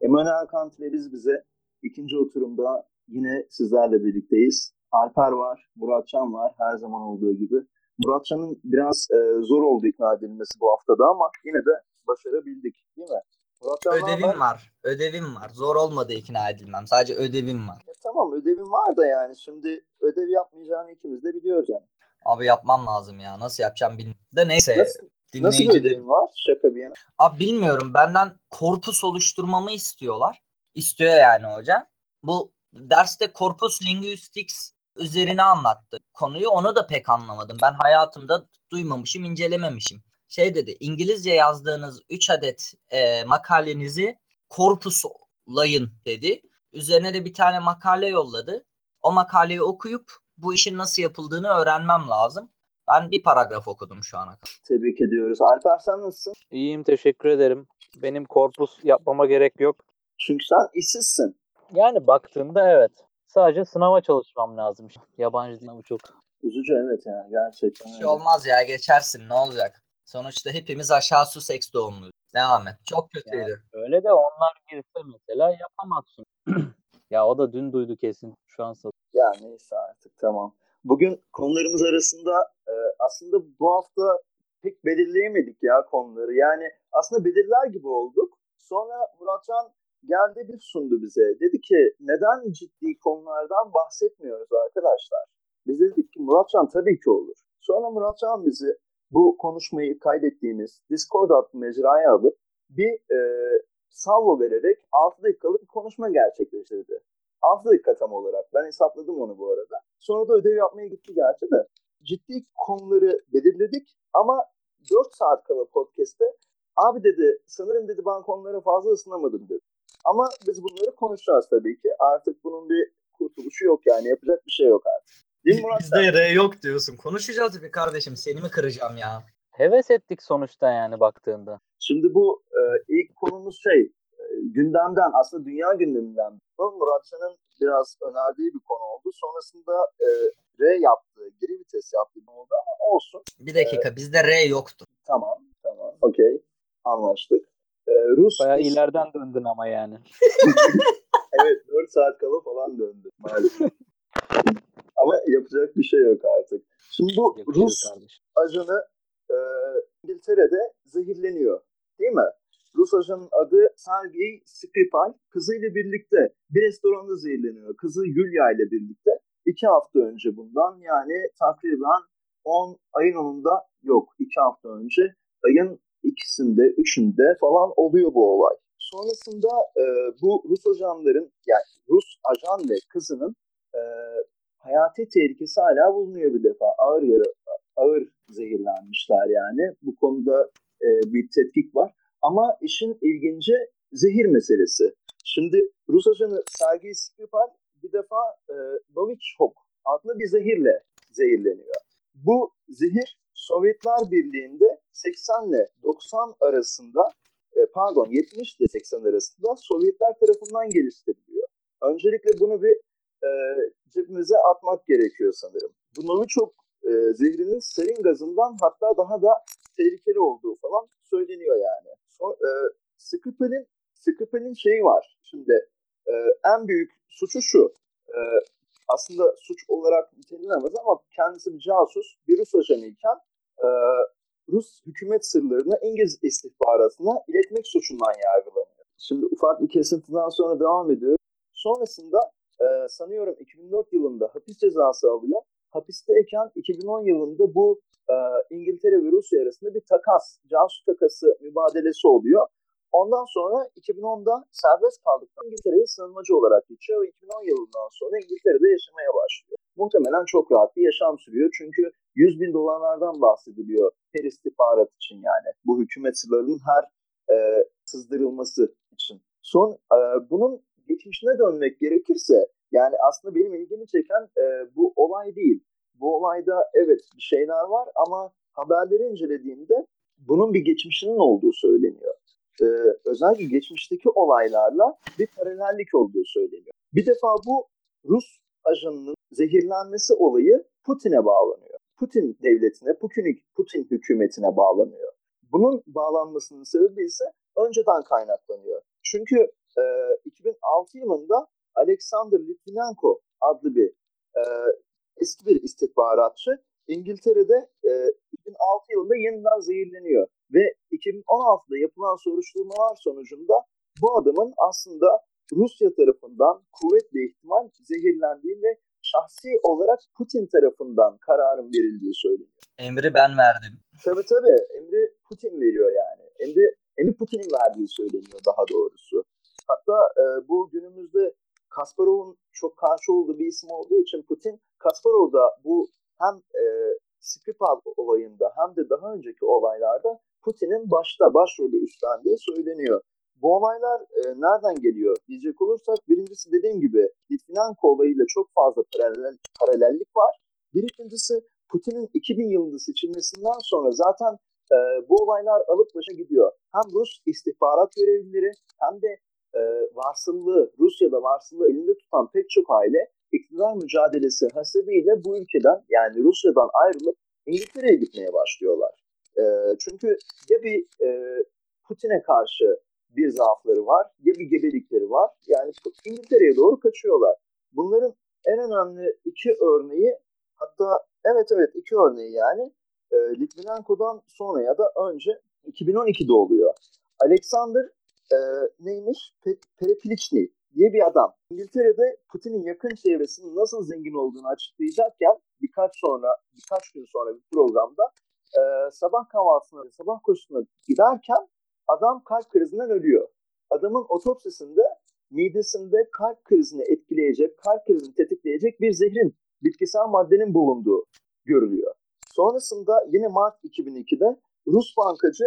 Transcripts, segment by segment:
Emanuel Kant ve biz bize ikinci oturumda yine sizlerle birlikteyiz. Alper var, Muratcan var her zaman olduğu gibi. Muratcan'ın biraz zor oldu ikna edilmesi bu haftada ama yine de başarabildik değil mi? Muratcan Ödevim var. Ödevim var. Zor olmadı ikna edilmem. Sadece ödevim var. Tamam ödevim var da yani şimdi ödev yapmayacağını ikimiz de biliyoruz yani. Abi yapmam lazım ya. Nasıl yapacağım bilmiyorum. De neyse. Nasıl bir ödevin var? Şaka bir yana. Abi bilmiyorum. Benden korpus oluşturmamı istiyorlar. İstiyor yani hoca. Bu derste corpus linguistics üzerine anlattı konuyu. Onu da pek anlamadım. Ben hayatımda duymamışım, incelememişim. Şey dedi, İngilizce yazdığınız 3 adet makalenizi korpuslayın dedi. Üzerine de bir tane makale yolladı. O makaleyi okuyup bu işin nasıl yapıldığını öğrenmem lazım. Ben bir paragraf okudum şu ana kadar. Tebrik ediyoruz. Alper sen nasılsın? İyiyim, teşekkür ederim. Benim korpus yapmama gerek yok. Çünkü sen işsizsin. Yani baktığında evet. Sadece sınava çalışmam lazım. Yabancı sınavı çok. Üzücü evet yani gerçekten. Bir şey olmaz ya, geçersin, ne olacak? Sonuçta hepimiz aşağı Sussex doğumluyuz. Devam et. Çok kötüydü. Yani öyle de onlar girse mesela yapamazsın. Ya o da dün duydu kesin. Şu an ya neyse artık tamam. Bugün konularımız arasında aslında bu hafta pek belirleyemedik ya konuları. Yani aslında belirler gibi olduk. Sonra Muratcan geldi bir sundu bize. Dedi ki neden ciddi konulardan bahsetmiyoruz arkadaşlar? Biz dedik ki Muratcan tabii ki olur. Sonra Muratcan bizi bu konuşmayı kaydettiğimiz Discord adlı mecraya alıp bir salvo vererek 6 dakikalık bir konuşma gerçekleştirdi. 6 dakika tam olarak. Ben hesapladım onu bu arada. Sonra da ödev yapmaya gitti gerçi de. Ciddi konuları belirledik ama 4 saat kala podcast'te abi dedi sanırım dedi ben konulara fazla ısınamadım dedi. Ama biz bunları konuşacağız tabii ki. Artık bunun bir kurtuluşu yok yani yapacak bir şey yok artık. Değil mi Murat? Bizde R yok diyorsun. Konuşacağız tabii kardeşim. Seni mi kıracağım ya? heves ettik sonuçta yani baktığında. Şimdi bu ilk konumuz gündemden aslında dünya gündeminden. Muratcan'ın biraz önerdiği bir konu oldu. Sonrasında R yaptı, geri vites yaptı oldu ama olsun. Bir dakika bizde R yoktu. Tamam. Okey. Anlaştık. Rus bayağı ileriden döndün ama yani. evet 4 saat kala falan döndü maalesef. Ama yapacak bir şey yok artık. Şimdi bu Rus ajanı İngiltere'de zehirleniyor. Değil mi? Rus ajanın adı Sergey Skripal. Kızıyla birlikte bir restoranda zehirleniyor. Kızı Yulia ile birlikte 2 hafta önce bundan yani takriben ayın 10'unda yok 2 hafta önce ayın 2'sinde 3'ünde falan oluyor bu olay. Sonrasında bu Rus ajanların yani Rus ajan ve kızının hayati tehlikesi hala bulunuyor bir defa. Ağır zehirlenmişler yani. Bu konuda bir tetkik var. Ama işin ilginci zehir meselesi. Şimdi Rus ajanı Sergey Skripal bir defa Novichok adlı bir zehirle zehirleniyor. Bu zehir Sovyetler Birliği'nde 80 ile 90 arasında 70 ile 80 arasında Sovyetler tarafından geliştiriliyor. Öncelikle bunu bir cebimize atmak gerekiyor sanırım. Bu Novichok zehrinin sarin gazından hatta daha da tehlikeli olduğu falan söyleniyor yani. Skripal'in şeyi var. Şimdi en büyük suçu şu. Aslında suç olarak nitelenemez ama kendisi bir casus, bir Rus ajanıyken Rus hükümet sırlarını İngiliz istihbaratına iletmek suçundan yargılanıyor. Şimdi ufak bir kesintiden sonra devam ediyor. Sonrasında sanıyorum 2004 yılında hapis cezası alıyor. Hapisteyken 2010 yılında bu İngiltere ve Rusya arasında bir casus takası mübadelesi oluyor. Ondan sonra 2010'da serbest kaldıktan İngiltere'ye sığınmacı olarak geçiyor ve 2010 yılından sonra İngiltere'de yaşamaya başlıyor. Muhtemelen çok rahat bir yaşam sürüyor çünkü 100 bin dolarlardan bahsediliyor her istihbarat için yani. Bu hükümet sırlarının her sızdırılması için. Bunun geçmişine dönmek gerekirse yani aslında benim ilgimi çeken bu olay değil. Bu olayda evet bir şeyler var ama haberleri incelediğimde bunun bir geçmişinin olduğu söyleniyor. Özellikle geçmişteki olaylarla bir paralellik olduğu söyleniyor. Bir defa bu Rus ajanının zehirlenmesi olayı Putin'e bağlanıyor. Putin devletine, Putin hükümetine bağlanıyor. Bunun bağlanmasının sebebi ise önceden kaynaklanıyor. Çünkü 2006 yılında Alexander Litvinenko adlı bir eski bir istihbaratçı İngiltere'de 2006 yılında yeniden zehirleniyor. Ve 2016'da yapılan soruşturmalar sonucunda bu adamın aslında Rusya tarafından kuvvetle ihtimal zehirlendiği ve şahsi olarak Putin tarafından kararın verildiği söyleniyor. Emri ben verdim. Tabii. Emri Putin veriyor yani. Emri Putin'in verdiği söyleniyor daha doğrusu. Hatta bu günümüzde Kasparov'un çok karşı olduğu bir isim olduğu için Putin, Kasparov da bu hem Skripal olayında hem de daha önceki olaylarda Putin'in başrolü üstlendiği söyleniyor. Bu olaylar nereden geliyor diyecek olursak, birincisi dediğim gibi Litvinenko olayıyla çok fazla paralellik var. Bir ikincisi Putin'in 2000 yılında seçilmesinden sonra zaten bu olaylar alıp başa gidiyor. Hem Rus istihbarat görevlileri hem de Rusya'da varsılığı elinde tutan pek çok aile iktidar mücadelesi hasebiyle bu ülkeden, yani Rusya'dan ayrılıp İngiltere'ye gitmeye başlıyorlar. Çünkü ya bir Putin'e karşı bir zaafları var ya bir gebelikleri var. Yani İngiltere'ye doğru kaçıyorlar. Bunların en önemli iki örneği, hatta evet iki örneği yani Litvinenko'dan sonra ya da önce 2012'de oluyor. Alexander neymiş? Perepiliçny diye bir adam. İngiltere'de Putin'in yakın çevresinin nasıl zengin olduğunu açıklayacakken birkaç gün sonra bir programda sabah kahvaltısına, sabah koşusuna giderken adam kalp krizinden ölüyor. Adamın otopsisinde midesinde kalp krizini tetikleyecek bir zehrin, bitkisel maddenin bulunduğu görülüyor. Sonrasında yine Mart 2002'de Rus bankacı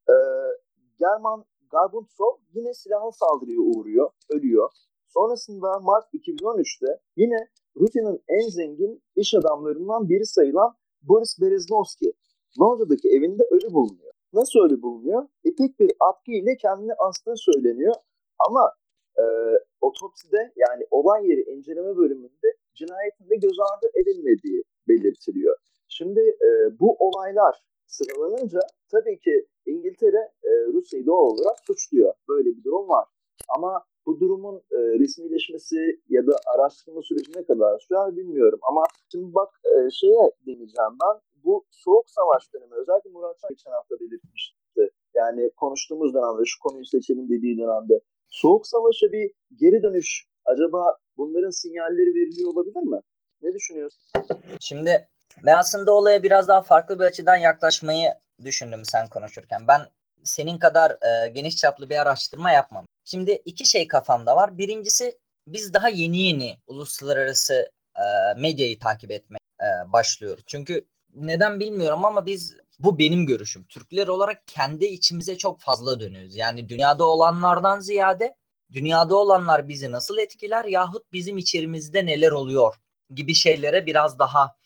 German Garbuntsov yine silahlı saldırıya uğruyor, ölüyor. Sonrasında Mart 2013'te yine Rusya'nın en zengin iş adamlarından biri sayılan Boris Berezovsky Londra'daki evinde ölü bulunuyor. Nasıl ölü bulunuyor? İpek bir atkı ile kendini astığı söyleniyor. Ama otopside, yani olay yeri inceleme bölümünde cinayetin de göz ardı edilmediği belirtiliyor. Şimdi bu olaylar sıralanınca tabii ki İngiltere Rusya'yı doğal olarak suçluyor. Böyle bir durum var. Ama bu durumun resmileşmesi ya da araştırma süreci ne kadar sürer bilmiyorum. Ama şimdi bak şeye deneyeceğim ben. Bu Soğuk Savaş dönemi, özellikle Murat Can geçen hafta belirtmişti. Yani konuştuğumuz dönemde, şu konuyu seçelim dediği dönemde. Soğuk Savaş'a bir geri dönüş, acaba bunların sinyalleri veriliyor olabilir mi? Ne düşünüyorsun? Şimdi ben aslında olaya biraz daha farklı bir açıdan yaklaşmayı düşündüm sen konuşurken. Ben senin kadar geniş çaplı bir araştırma yapmam. Şimdi iki şey kafamda var. Birincisi, biz daha yeni uluslararası medyayı takip etmeye başlıyoruz. Çünkü neden bilmiyorum ama bu benim görüşüm. Türkler olarak kendi içimize çok fazla dönüyoruz. Yani dünyada olanlardan ziyade dünyada olanlar bizi nasıl etkiler yahut bizim içerimizde neler oluyor gibi şeylere biraz daha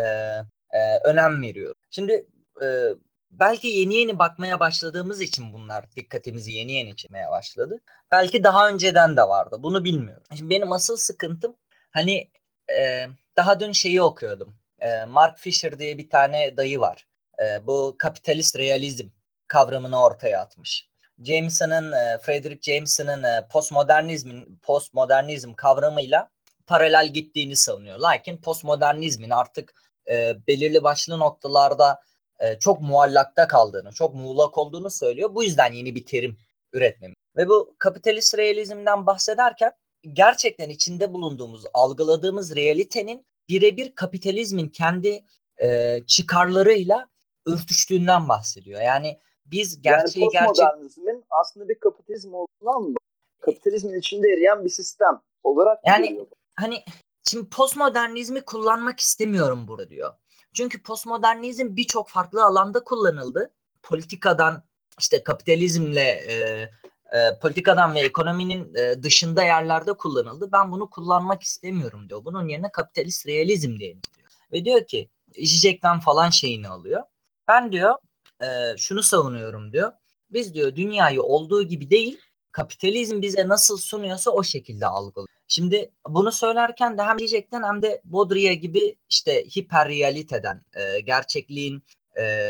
önem veriyor. Şimdi belki yeni bakmaya başladığımız için bunlar dikkatimizi yeni çekmeye başladı. Belki daha önceden de vardı. Bunu bilmiyorum. Şimdi benim asıl sıkıntım daha dün şeyi okuyordum. Mark Fisher diye bir tane dayı var. Bu kapitalist realizm kavramını ortaya atmış. Frederick Jameson'ın postmodernizm kavramıyla paralel gittiğini savunuyor. Lakin postmodernizmin artık belirli başlı noktalarda çok muallakta kaldığını, çok muğlak olduğunu söylüyor. Bu yüzden yeni bir terim üretmemiz. Ve bu kapitalist realizmden bahsederken gerçekten içinde bulunduğumuz, algıladığımız realitenin birebir kapitalizmin kendi çıkarlarıyla örtüştüğünden bahsediyor. Yani biz gerçeği postmodernizmin aslında bir kapitalizm olduğundan mı? Kapitalizmin içinde eriyen bir sistem olarak yani görüyor. Hani şimdi postmodernizmi kullanmak istemiyorum burada diyor. Çünkü postmodernizm birçok farklı alanda kullanıldı. Politikadan politikadan ve ekonominin dışında yerlerde kullanıldı. Ben bunu kullanmak istemiyorum diyor. Bunun yerine kapitalist realizm diyelim diyor. Ve diyor ki Zizek'ten falan şeyini alıyor. Ben diyor şunu savunuyorum diyor. Biz diyor dünyayı olduğu gibi değil, kapitalizm bize nasıl sunuyorsa o şekilde algılıyoruz. Şimdi bunu söylerken de hem Zizek'ten hem de Baudrillard gibi hiperrealiteden, gerçekliğin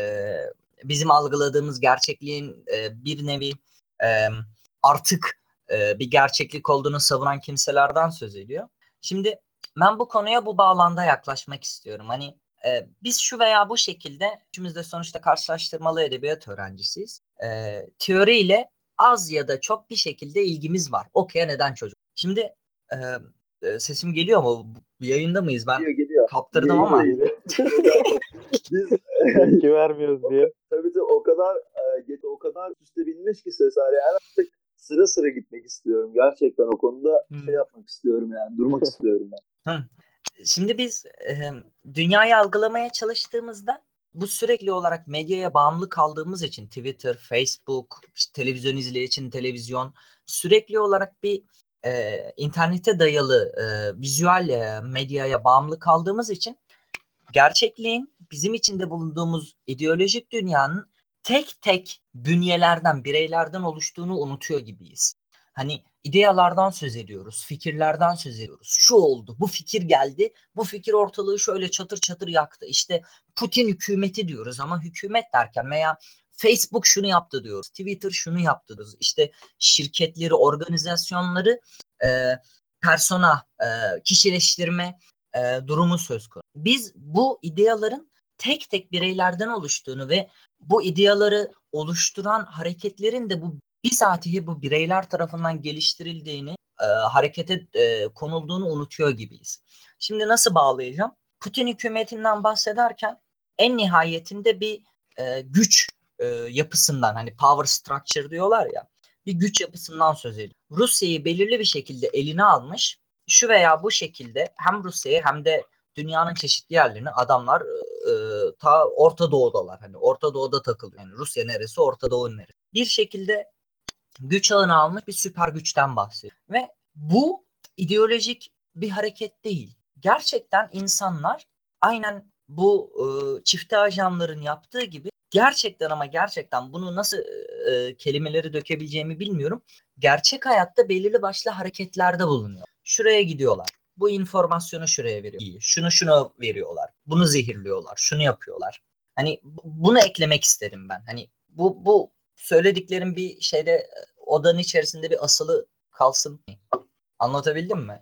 bizim algıladığımız gerçekliğin bir nevi artık bir gerçeklik olduğunu savunan kimselerden söz ediyor. Şimdi ben bu konuya bu bağlamda yaklaşmak istiyorum. Hani biz şu veya bu şekilde, üçümüz de sonuçta karşılaştırmalı edebiyat öğrencisiyiz. Teoriyle az ya da çok bir şekilde ilgimiz var. Okuyan eden çocuk. Şimdi sesim geliyor mu? Yayında mıyız? Ben geliyor. kaptırdım ama. Biz tepki vermiyoruz diye. Tabii o kadar üstte binmiş ki ses yani artık sıra sıra gitmek istiyorum. Gerçekten o konuda şey yapmak istiyorum yani. Durmak istiyorum ben. Şimdi biz dünyayı algılamaya çalıştığımızda bu sürekli olarak medyaya bağımlı kaldığımız için Twitter, Facebook, işte televizyon izleyici için televizyon, sürekli olarak bir internete dayalı vizüel medyaya bağımlı kaldığımız için gerçekliğin bizim içinde bulunduğumuz ideolojik dünyanın tek tek bünyelerden, bireylerden oluştuğunu unutuyor gibiyiz. Hani idealardan söz ediyoruz, fikirlerden söz ediyoruz. Şu oldu, bu fikir geldi, bu fikir ortalığı şöyle çatır çatır yaktı. İşte Putin hükümeti diyoruz ama hükümet derken veya Facebook şunu yaptı diyoruz, Twitter şunu yaptı diyoruz. İşte şirketleri, organizasyonları persona, kişileştirme durumu söz konusu. Biz bu ideaların tek tek bireylerden oluştuğunu ve bu ideaları oluşturan hareketlerin de bu bizatihi bu bireyler tarafından geliştirildiğini, harekete konulduğunu unutuyor gibiyiz. Şimdi nasıl bağlayacağım? Putin hükümetinden bahsederken en nihayetinde bir güç yapısından, hani power structure diyorlar ya, bir güç yapısından söz ediyor. Rusya'yı belirli bir şekilde eline almış, şu veya bu şekilde hem Rusya'yı hem de dünyanın çeşitli yerlerini adamlar ta Orta Doğu'dalar. Hani Orta Doğu'da takılıyor. Yani Rusya neresi, Orta Doğu neresi. Bir şekilde güç ağına almış bir süper güçten bahsediyor. Ve bu ideolojik bir hareket değil. Gerçekten insanlar aynen bu çifte ajanların yaptığı gibi gerçekten ama gerçekten bunu nasıl kelimeleri dökebileceğimi bilmiyorum. Gerçek hayatta belirli başlı hareketlerde bulunuyor. Şuraya gidiyorlar. Bu informasyonu şuraya veriyor. Şunu veriyorlar. Bunu zehirliyorlar. Şunu yapıyorlar. Hani bunu eklemek isterim ben. Hani bu söylediklerim bir şeyde odanın içerisinde bir asılı kalsın. Anlatabildim mi?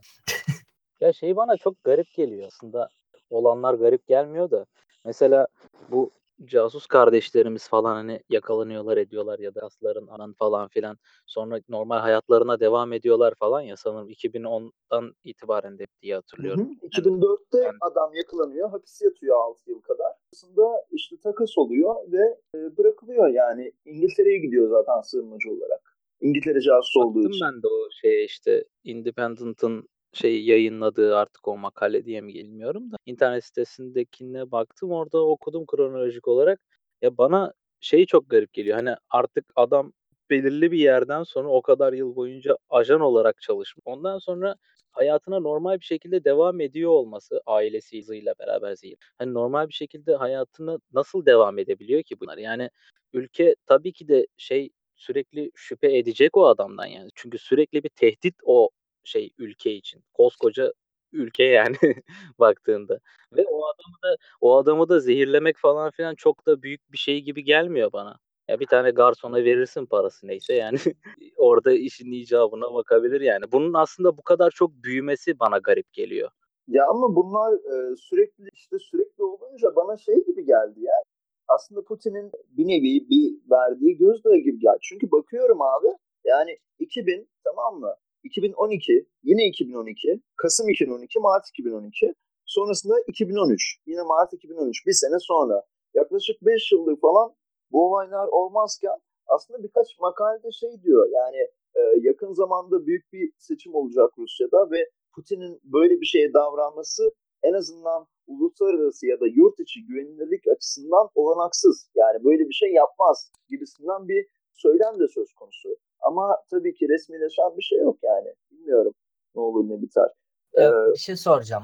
Ya şey bana çok garip geliyor aslında. Olanlar garip gelmiyor da. Mesela bu casus kardeşlerimiz falan hani yakalanıyorlar ediyorlar ya da asların anan falan filan. Sonra normal hayatlarına devam ediyorlar falan ya, sanırım 2010'dan itibaren de diye hatırlıyorum. 2004'te adam yakalanıyor, hapis yatıyor 6 yıl kadar. Aslında işte takas oluyor ve bırakılıyor yani. İngiltere'ye gidiyor zaten sığınmacı olarak. İngiltere casus olduğu için. Ben de o işte Independent'ın yayınladığı, artık o makale diye mi bilmiyorum da, internet sitesindekine baktım, orada okudum kronolojik olarak. Ya bana çok garip geliyor. Hani artık adam belirli bir yerden sonra o kadar yıl boyunca ajan olarak çalışmış. Ondan sonra hayatına normal bir şekilde devam ediyor olması, ailesiyle beraber değil. Hani normal bir şekilde hayatına nasıl devam edebiliyor ki bunlar? Yani ülke tabii ki de sürekli şüphe edecek o adamdan yani. Çünkü sürekli bir tehdit o ülke için. Koskoca ülke yani baktığında. Ve o adamı da zehirlemek falan filan çok da büyük bir şey gibi gelmiyor bana. Ya bir tane garsona verirsin parası neyse yani orada işin icabına bakabilir yani. Bunun aslında bu kadar çok büyümesi bana garip geliyor. Ya ama bunlar sürekli olunca bana gibi geldi ya. Aslında Putin'in bir nevi bir verdiği gözdağı gibi geldi. Çünkü bakıyorum abi yani 2000 tamam mı? 2012, yine 2012, Kasım 2012, Mart 2012, sonrasında 2013, yine Mart 2013, bir sene sonra. Yaklaşık 5 yıldır falan bu olaylar olmazken aslında birkaç makalede diyor yani yakın zamanda büyük bir seçim olacak Rusya'da ve Putin'in böyle bir şeye davranması en azından uluslararası ya da yurt içi güvenilirlik açısından olanaksız. Yani böyle bir şey yapmaz gibisinden bir söylem de söz konusu. Ama tabii ki resmileşen bir şey yok yani. Bilmiyorum ne olur ne biter. Bir şey soracağım.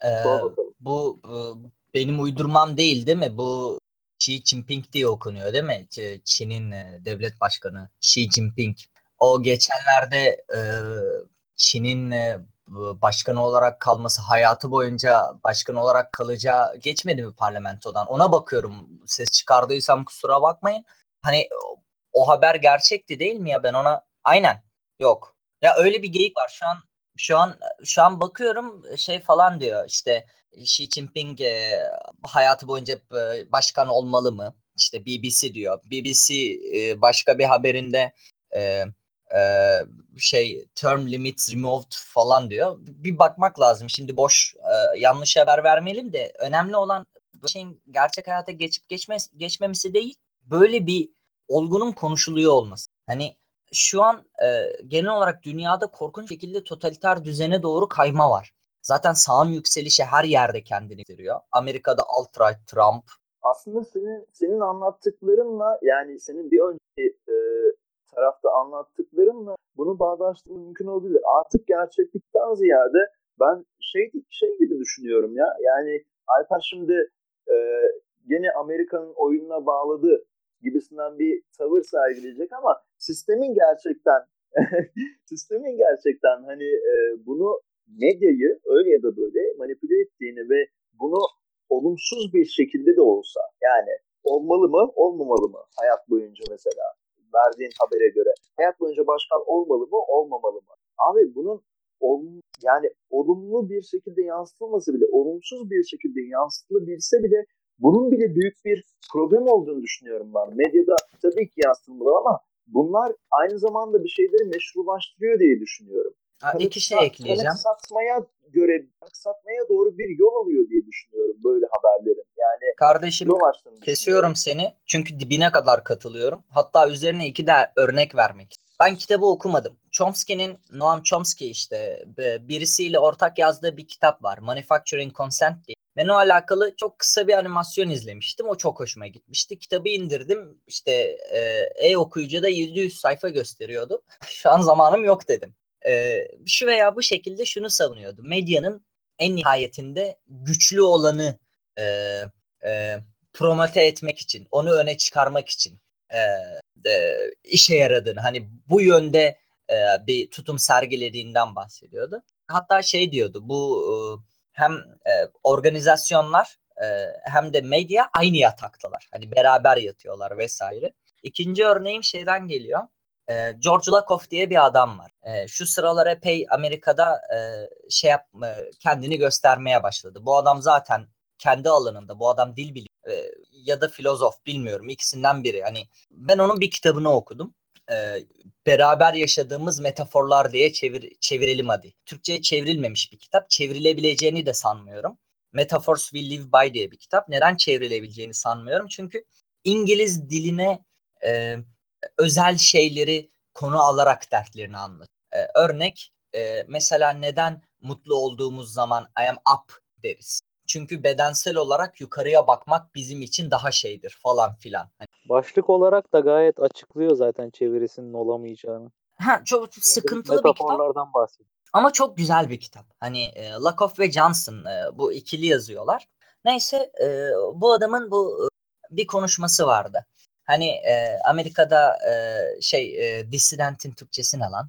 Bu benim uydurmam değil mi? Bu Xi Jinping diye okunuyor değil mi? Çin'in devlet başkanı Xi Jinping. O geçenlerde Çin'in başkanı olarak kalması, hayatı boyunca başkan olarak kalacağı geçmedi mi parlamentodan? Ona bakıyorum. Ses çıkardıysam kusura bakmayın. Hani o haber gerçekti değil mi ya? Ben ona aynen yok. Ya öyle bir geyik var. Şu an bakıyorum şey falan diyor. İşte Xi Jinping hayatı boyunca başkan olmalı mı? İşte BBC diyor. BBC başka bir haberinde e, e, term limits removed falan diyor. Bir bakmak lazım. Şimdi boş yanlış haber vermeyelim de önemli olan bu şeyin gerçek hayata geçmemesi değil. Böyle bir olgunun konuşuluyor olması. Hani şu an genel olarak dünyada korkunç şekilde totaliter düzene doğru kayma var. Zaten sağın yükselişi her yerde kendini gösteriyor. Amerika'da alt-right Trump. Aslında senin anlattıklarınla, yani senin bir önceki tarafta anlattıklarınla bunu bağdaştırmak mümkün olabilir. Artık gerçeklikten ziyade ben şey gibi düşünüyorum ya. Yani Alper şimdi e, gene Amerika'nın oyununa bağladı gibisinden bir tavır sergileyecek ama sistemin gerçekten hani bunu, medyayı öyle ya da böyle manipüle ettiğini ve bunu olumsuz bir şekilde de olsa, yani olmalı mı olmamalı mı hayat boyunca, mesela verdiğin habere göre hayat boyunca başkan olmalı mı olmamalı mı? Abi bunun yani olumlu bir şekilde yansıtılması bile, olumsuz bir şekilde yansıtılabilse bile bunun bile büyük bir problem olduğunu düşünüyorum ben. Medyada tabii ki yansıtılmalı ama bunlar aynı zamanda bir şeyleri meşrulaştırıyor diye düşünüyorum. İki şey ekleyeceğim. Kanıksatmaya doğru bir yol alıyor diye düşünüyorum böyle haberlerin. Yani kardeşim kesiyorum seni çünkü dibine kadar katılıyorum. Hatta üzerine 2 de örnek vermek. Ben kitabı okumadım. Noam Chomsky işte birisiyle ortak yazdığı bir kitap var. Manufacturing Consent diye. Ben o alakalı çok kısa bir animasyon izlemiştim. O çok hoşuma gitmişti. Kitabı indirdim. İşte e-okuyucuda 700 sayfa gösteriyordu. Şu an zamanım yok dedim. Şu veya bu şekilde şunu savunuyordu. Medyanın en nihayetinde güçlü olanı e, promote etmek için, onu öne çıkarmak için işe yaradığını, hani bu yönde bir tutum sergilediğinden bahsediyordu. Hatta şey diyordu, bu hem organizasyonlar hem de medya aynı yataktalar. Hani beraber yatıyorlar vesaire. İkinci örneğim şeyden geliyor. George Lakoff diye bir adam var. Şu sıralar epey Amerika'da kendini göstermeye başladı. Bu adam zaten kendi alanında, bu adam dil biliyor ya da filozof, bilmiyorum, ikisinden biri. Hani ben onun bir kitabını okudum. Beraber yaşadığımız metaforlar diye çevirelim hadi. Türkçe'ye çevrilmemiş bir kitap. Çevrilebileceğini de sanmıyorum. Metaphors We Live By diye bir kitap. Neden çevrilebileceğini sanmıyorum? Çünkü İngiliz diline özel şeyleri konu alarak dertlerini anlatıyor. Örnek mesela neden mutlu olduğumuz zaman I am up deriz. Çünkü bedensel olarak yukarıya bakmak bizim için daha şeydir falan filan. Hani Başlık olarak da gayet açıklıyor zaten çevirisinin olamayacağını. çok sıkıntılı bir kitap. Metaforlardan bahsediyor. Ama çok güzel bir kitap. Hani Lakoff ve Johnson bu ikili yazıyorlar. Neyse bu adamın bir konuşması vardı. Hani Amerika'da dissidentin Türkçesi ne lan?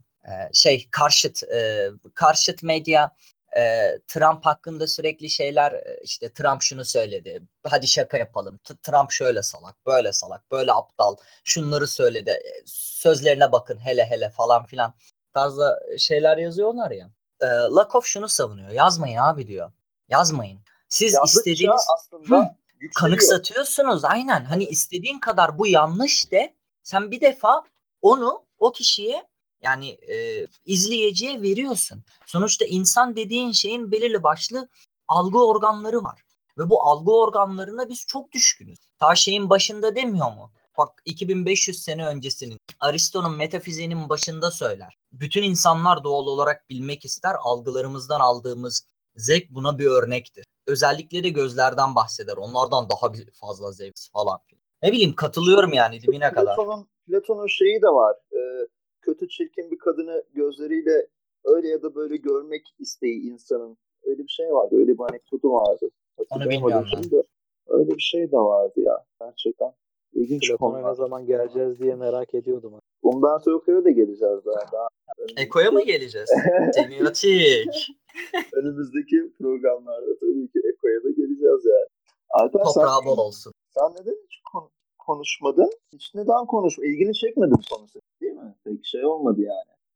Karşıt medya Trump hakkında sürekli şeyler, işte Trump şunu söyledi. Hadi şaka yapalım. Trump şöyle salak, böyle salak, böyle aptal. Şunları söyledi. Sözlerine bakın hele hele falan filan tarzda şeyler yazıyorlar ya. Lakoff şunu savunuyor. Yazmayın abi diyor. Yazmayın. Siz yazdıkça istediğiniz aslında kanıksatıyorsunuz. Aynen. Hani istediğin kadar bu yanlış de sen bir defa onu o kişiye, yani izleyiciye veriyorsun. Sonuçta insan dediğin şeyin belirli başlı algı organları var. Ve bu algı organlarına biz çok düşkünüz. Ta şeyin başında demiyor mu? Bak 2500 sene öncesinin Aristo'nun metafiziğinin başında söyler. Bütün insanlar doğal olarak bilmek ister. Algılarımızdan aldığımız zevk buna bir örnektir. Özellikle de gözlerden bahseder. Onlardan daha fazla zevk falan. Ne bileyim, katılıyorum yani dibine kadar. Platon'un şeyi de var. Kötü çirkin bir kadını gözleriyle öyle ya da böyle görmek isteği insanın. Öyle bir şey vardı. Öyle bir anekdotu vardı. Onu bilmiyorum ben. Öyle bir şey de vardı ya. Gerçekten ilginç konular. Platon'a ne zaman geleceğiz diye merak ediyordum. Umberto Eco'ya da geleceğiz daha. Eko'ya mı geleceğiz? Semiotik. Önümüzdeki programlarda tabii ki Eko'ya da geleceğiz yani. Alper, toprağı bol olsun. Sen neden hiç konuşmadın? Hiç neden konuşma? İlgini çekmedi bu konusu, değil mi? Pek şey olmadı yani.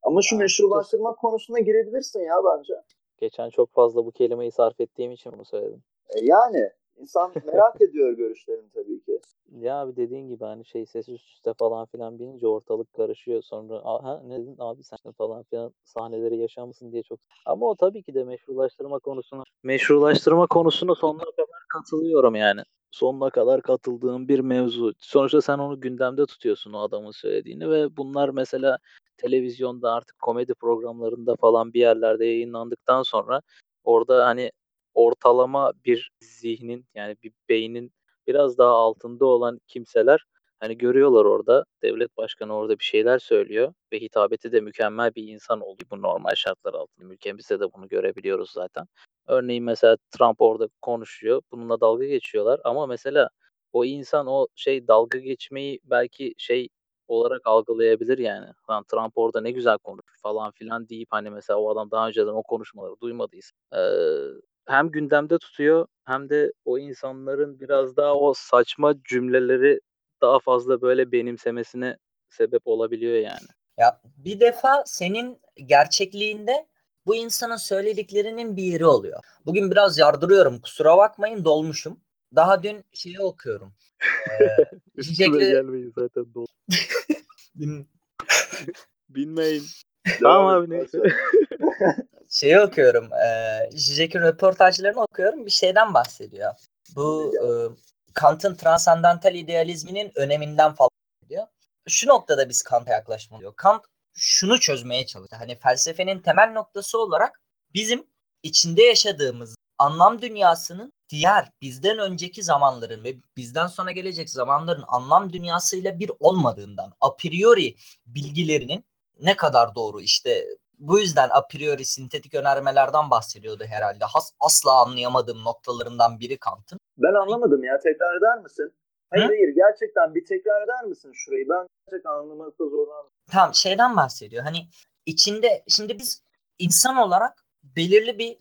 Ama şu meşrulaştırma konusuna girebilirsin ya bence. Geçen çok fazla bu kelimeyi sarf ettiğim için bunu söyledim. Yani insan merak ediyor görüşlerini tabii ki. Ya abi dediğin gibi hani ses üst üste falan filan binince ortalık karışıyor. Sonra ne dedin abi sen falan filan sahneleri yaşamışsın diye çok. Ama o tabii ki de meşrulaştırma konusuna sonuna kadar katılıyorum yani. Sonuna kadar katıldığım bir mevzu. Sonuçta sen onu gündemde tutuyorsun o adamın söylediğini ve bunlar mesela televizyonda artık komedi programlarında falan bir yerlerde yayınlandıktan sonra orada hani ortalama bir zihnin yani bir beynin biraz daha altında olan kimseler hani görüyorlar orada devlet başkanı orada bir şeyler söylüyor ve hitabeti de mükemmel bir insan oluyor bu normal şartlar altında. Ülkemizde de bunu görebiliyoruz zaten. Örneğin mesela Trump orada konuşuyor. Bununla dalga geçiyorlar ama mesela o insan o dalga geçmeyi belki olarak algılayabilir yani. Lan Trump orada ne güzel konuşuyor falan filan deyip hani mesela o adam daha önceden o konuşmaları duymadıysa hem gündemde tutuyor hem de o insanların biraz daha o saçma cümleleri daha fazla böyle benimsemesine sebep olabiliyor yani. Ya bir defa senin gerçekliğinde bu insanın söylediklerinin bir yeri oluyor. Bugün biraz yardırıyorum, kusura bakmayın, dolmuşum. Daha dün okuyorum. Üstüme gelmeyin zaten dolu. Bilmeyin. Tamam abi neyse. Okuyorum. Zizek'in röportajlarını okuyorum. Bir şeyden bahsediyor. Bu Kant'ın transandantal idealizminin öneminden falan bahsediyor. Şu noktada biz Kant'a yaklaşmalıyız. Kant şunu çözmeye çalıştı. Hani felsefenin temel noktası olarak bizim içinde yaşadığımız anlam dünyasının diğer bizden önceki zamanların ve bizden sonra gelecek zamanların anlam dünyasıyla bir olmadığından, a priori bilgilerinin ne kadar doğru, işte bu yüzden a priori sintetik önermelerden bahsediyordu herhalde. Asla anlayamadığım noktalarından biri Kant'ın. Ben anlamadım ya, tekrar eder misin? Hayır gerçekten bir tekrar eder misin şurayı? Ben gerçekten anlamakta zorlandım. Tamam, şeyden bahsediyor. Hani içinde şimdi biz insan olarak belirli bir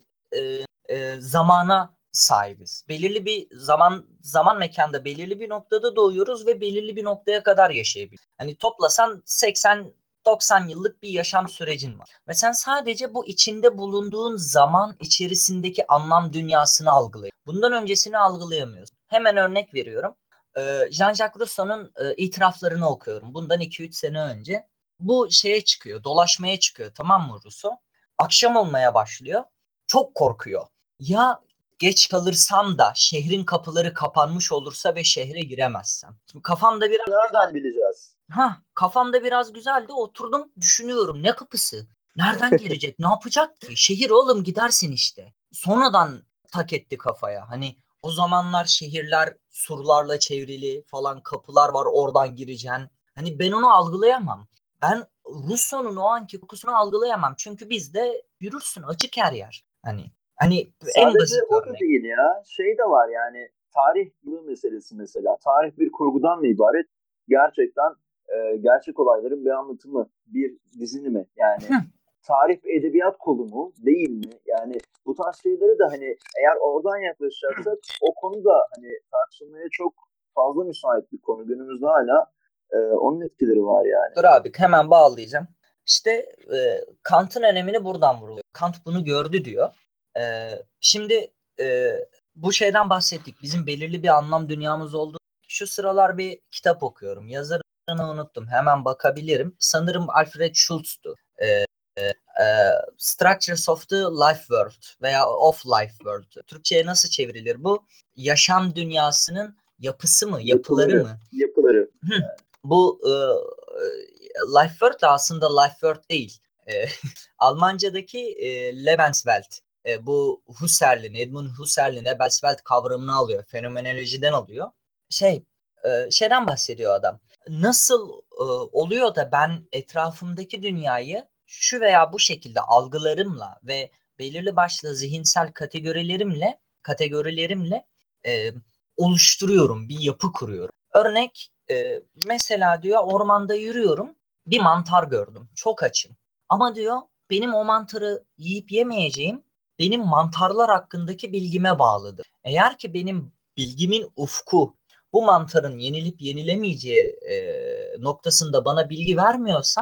zamana sahibiz. Belirli bir zaman mekanda belirli bir noktada doğuyoruz ve belirli bir noktaya kadar yaşayabiliyoruz. Hani toplasan 80-90 yıllık bir yaşam sürecin var. Ve sen sadece bu içinde bulunduğun zaman içerisindeki anlam dünyasını algılıyorsun. Bundan öncesini algılayamıyorsun. Hemen örnek veriyorum. Jean-Jacques Rousseau'nun itiraflarını okuyorum. Bundan 2-3 sene önce. Bu çıkıyor, dolaşmaya çıkıyor, tamam mı Rousseau? Akşam olmaya başlıyor. Çok korkuyor. Ya geç kalırsam da şehrin kapıları kapanmış olursa ve şehre giremezsem. Şimdi kafamda biraz... Nereden bileceğiz? Kafamda biraz güzeldi. Oturdum düşünüyorum, ne kapısı? Nereden gelecek? Ne yapacak ki? Şehir oğlum, gidersin işte. Sonradan tak etti kafaya. Hani o zamanlar şehirler surlarla çevrili falan, kapılar var, oradan gireceksin. Hani ben onu algılayamam. Ben Rousseau'nun o anki kokusunu algılayamam. Çünkü bizde yürürsün, açık her yer. Hani en basit Sadece o da örnek. değil ya. De var yani, tarih meselesi mesela. Tarih bir kurgudan mı ibaret? Gerçekten gerçek olayların bir anlatımı, bir dizilimi. Yani tarih bir edebiyat kolu mu, değil mi? Yani bu tarz şeyleri de hani eğer oradan yaklaşacaksak o konu da hani tartışılmaya çok fazla müsait bir konu. Günümüzde hala onun etkileri var yani. Dur abi, hemen bağlayacağım. İşte Kant'ın önemini buradan vuruluyor. Kant bunu gördü diyor. Şimdi bu şeyden bahsettik. Bizim belirli bir anlam dünyamız oldu. Şu sıralar bir kitap okuyorum. Yazarını unuttum. Hemen bakabilirim. Sanırım Alfred Schultz'tu. Structures of the Life World veya of Life World. Türkçe'ye nasıl çevrilir bu? Yaşam dünyasının yapısı mı? Yapıları mı? Yapıları. Bu Life World de aslında Life World değil. Almanca'daki Lebenswelt. Bu Husserl'in, Edmund Husserl'in Lebenswelt kavramını alıyor. Fenomenolojiden alıyor. Şeyden bahsediyor adam. Nasıl oluyor da ben etrafımdaki dünyayı şu veya bu şekilde algılarımla ve belirli başlı zihinsel kategorilerimle oluşturuyorum, bir yapı kuruyorum. Örnek, mesela diyor, ormanda yürüyorum, bir mantar gördüm, çok açım. Ama diyor benim o mantarı yiyip yemeyeceğim benim mantarlar hakkındaki bilgime bağlıdır. Eğer ki benim bilgimin ufku bu mantarın yenilip yenilemeyeceği noktasında bana bilgi vermiyorsa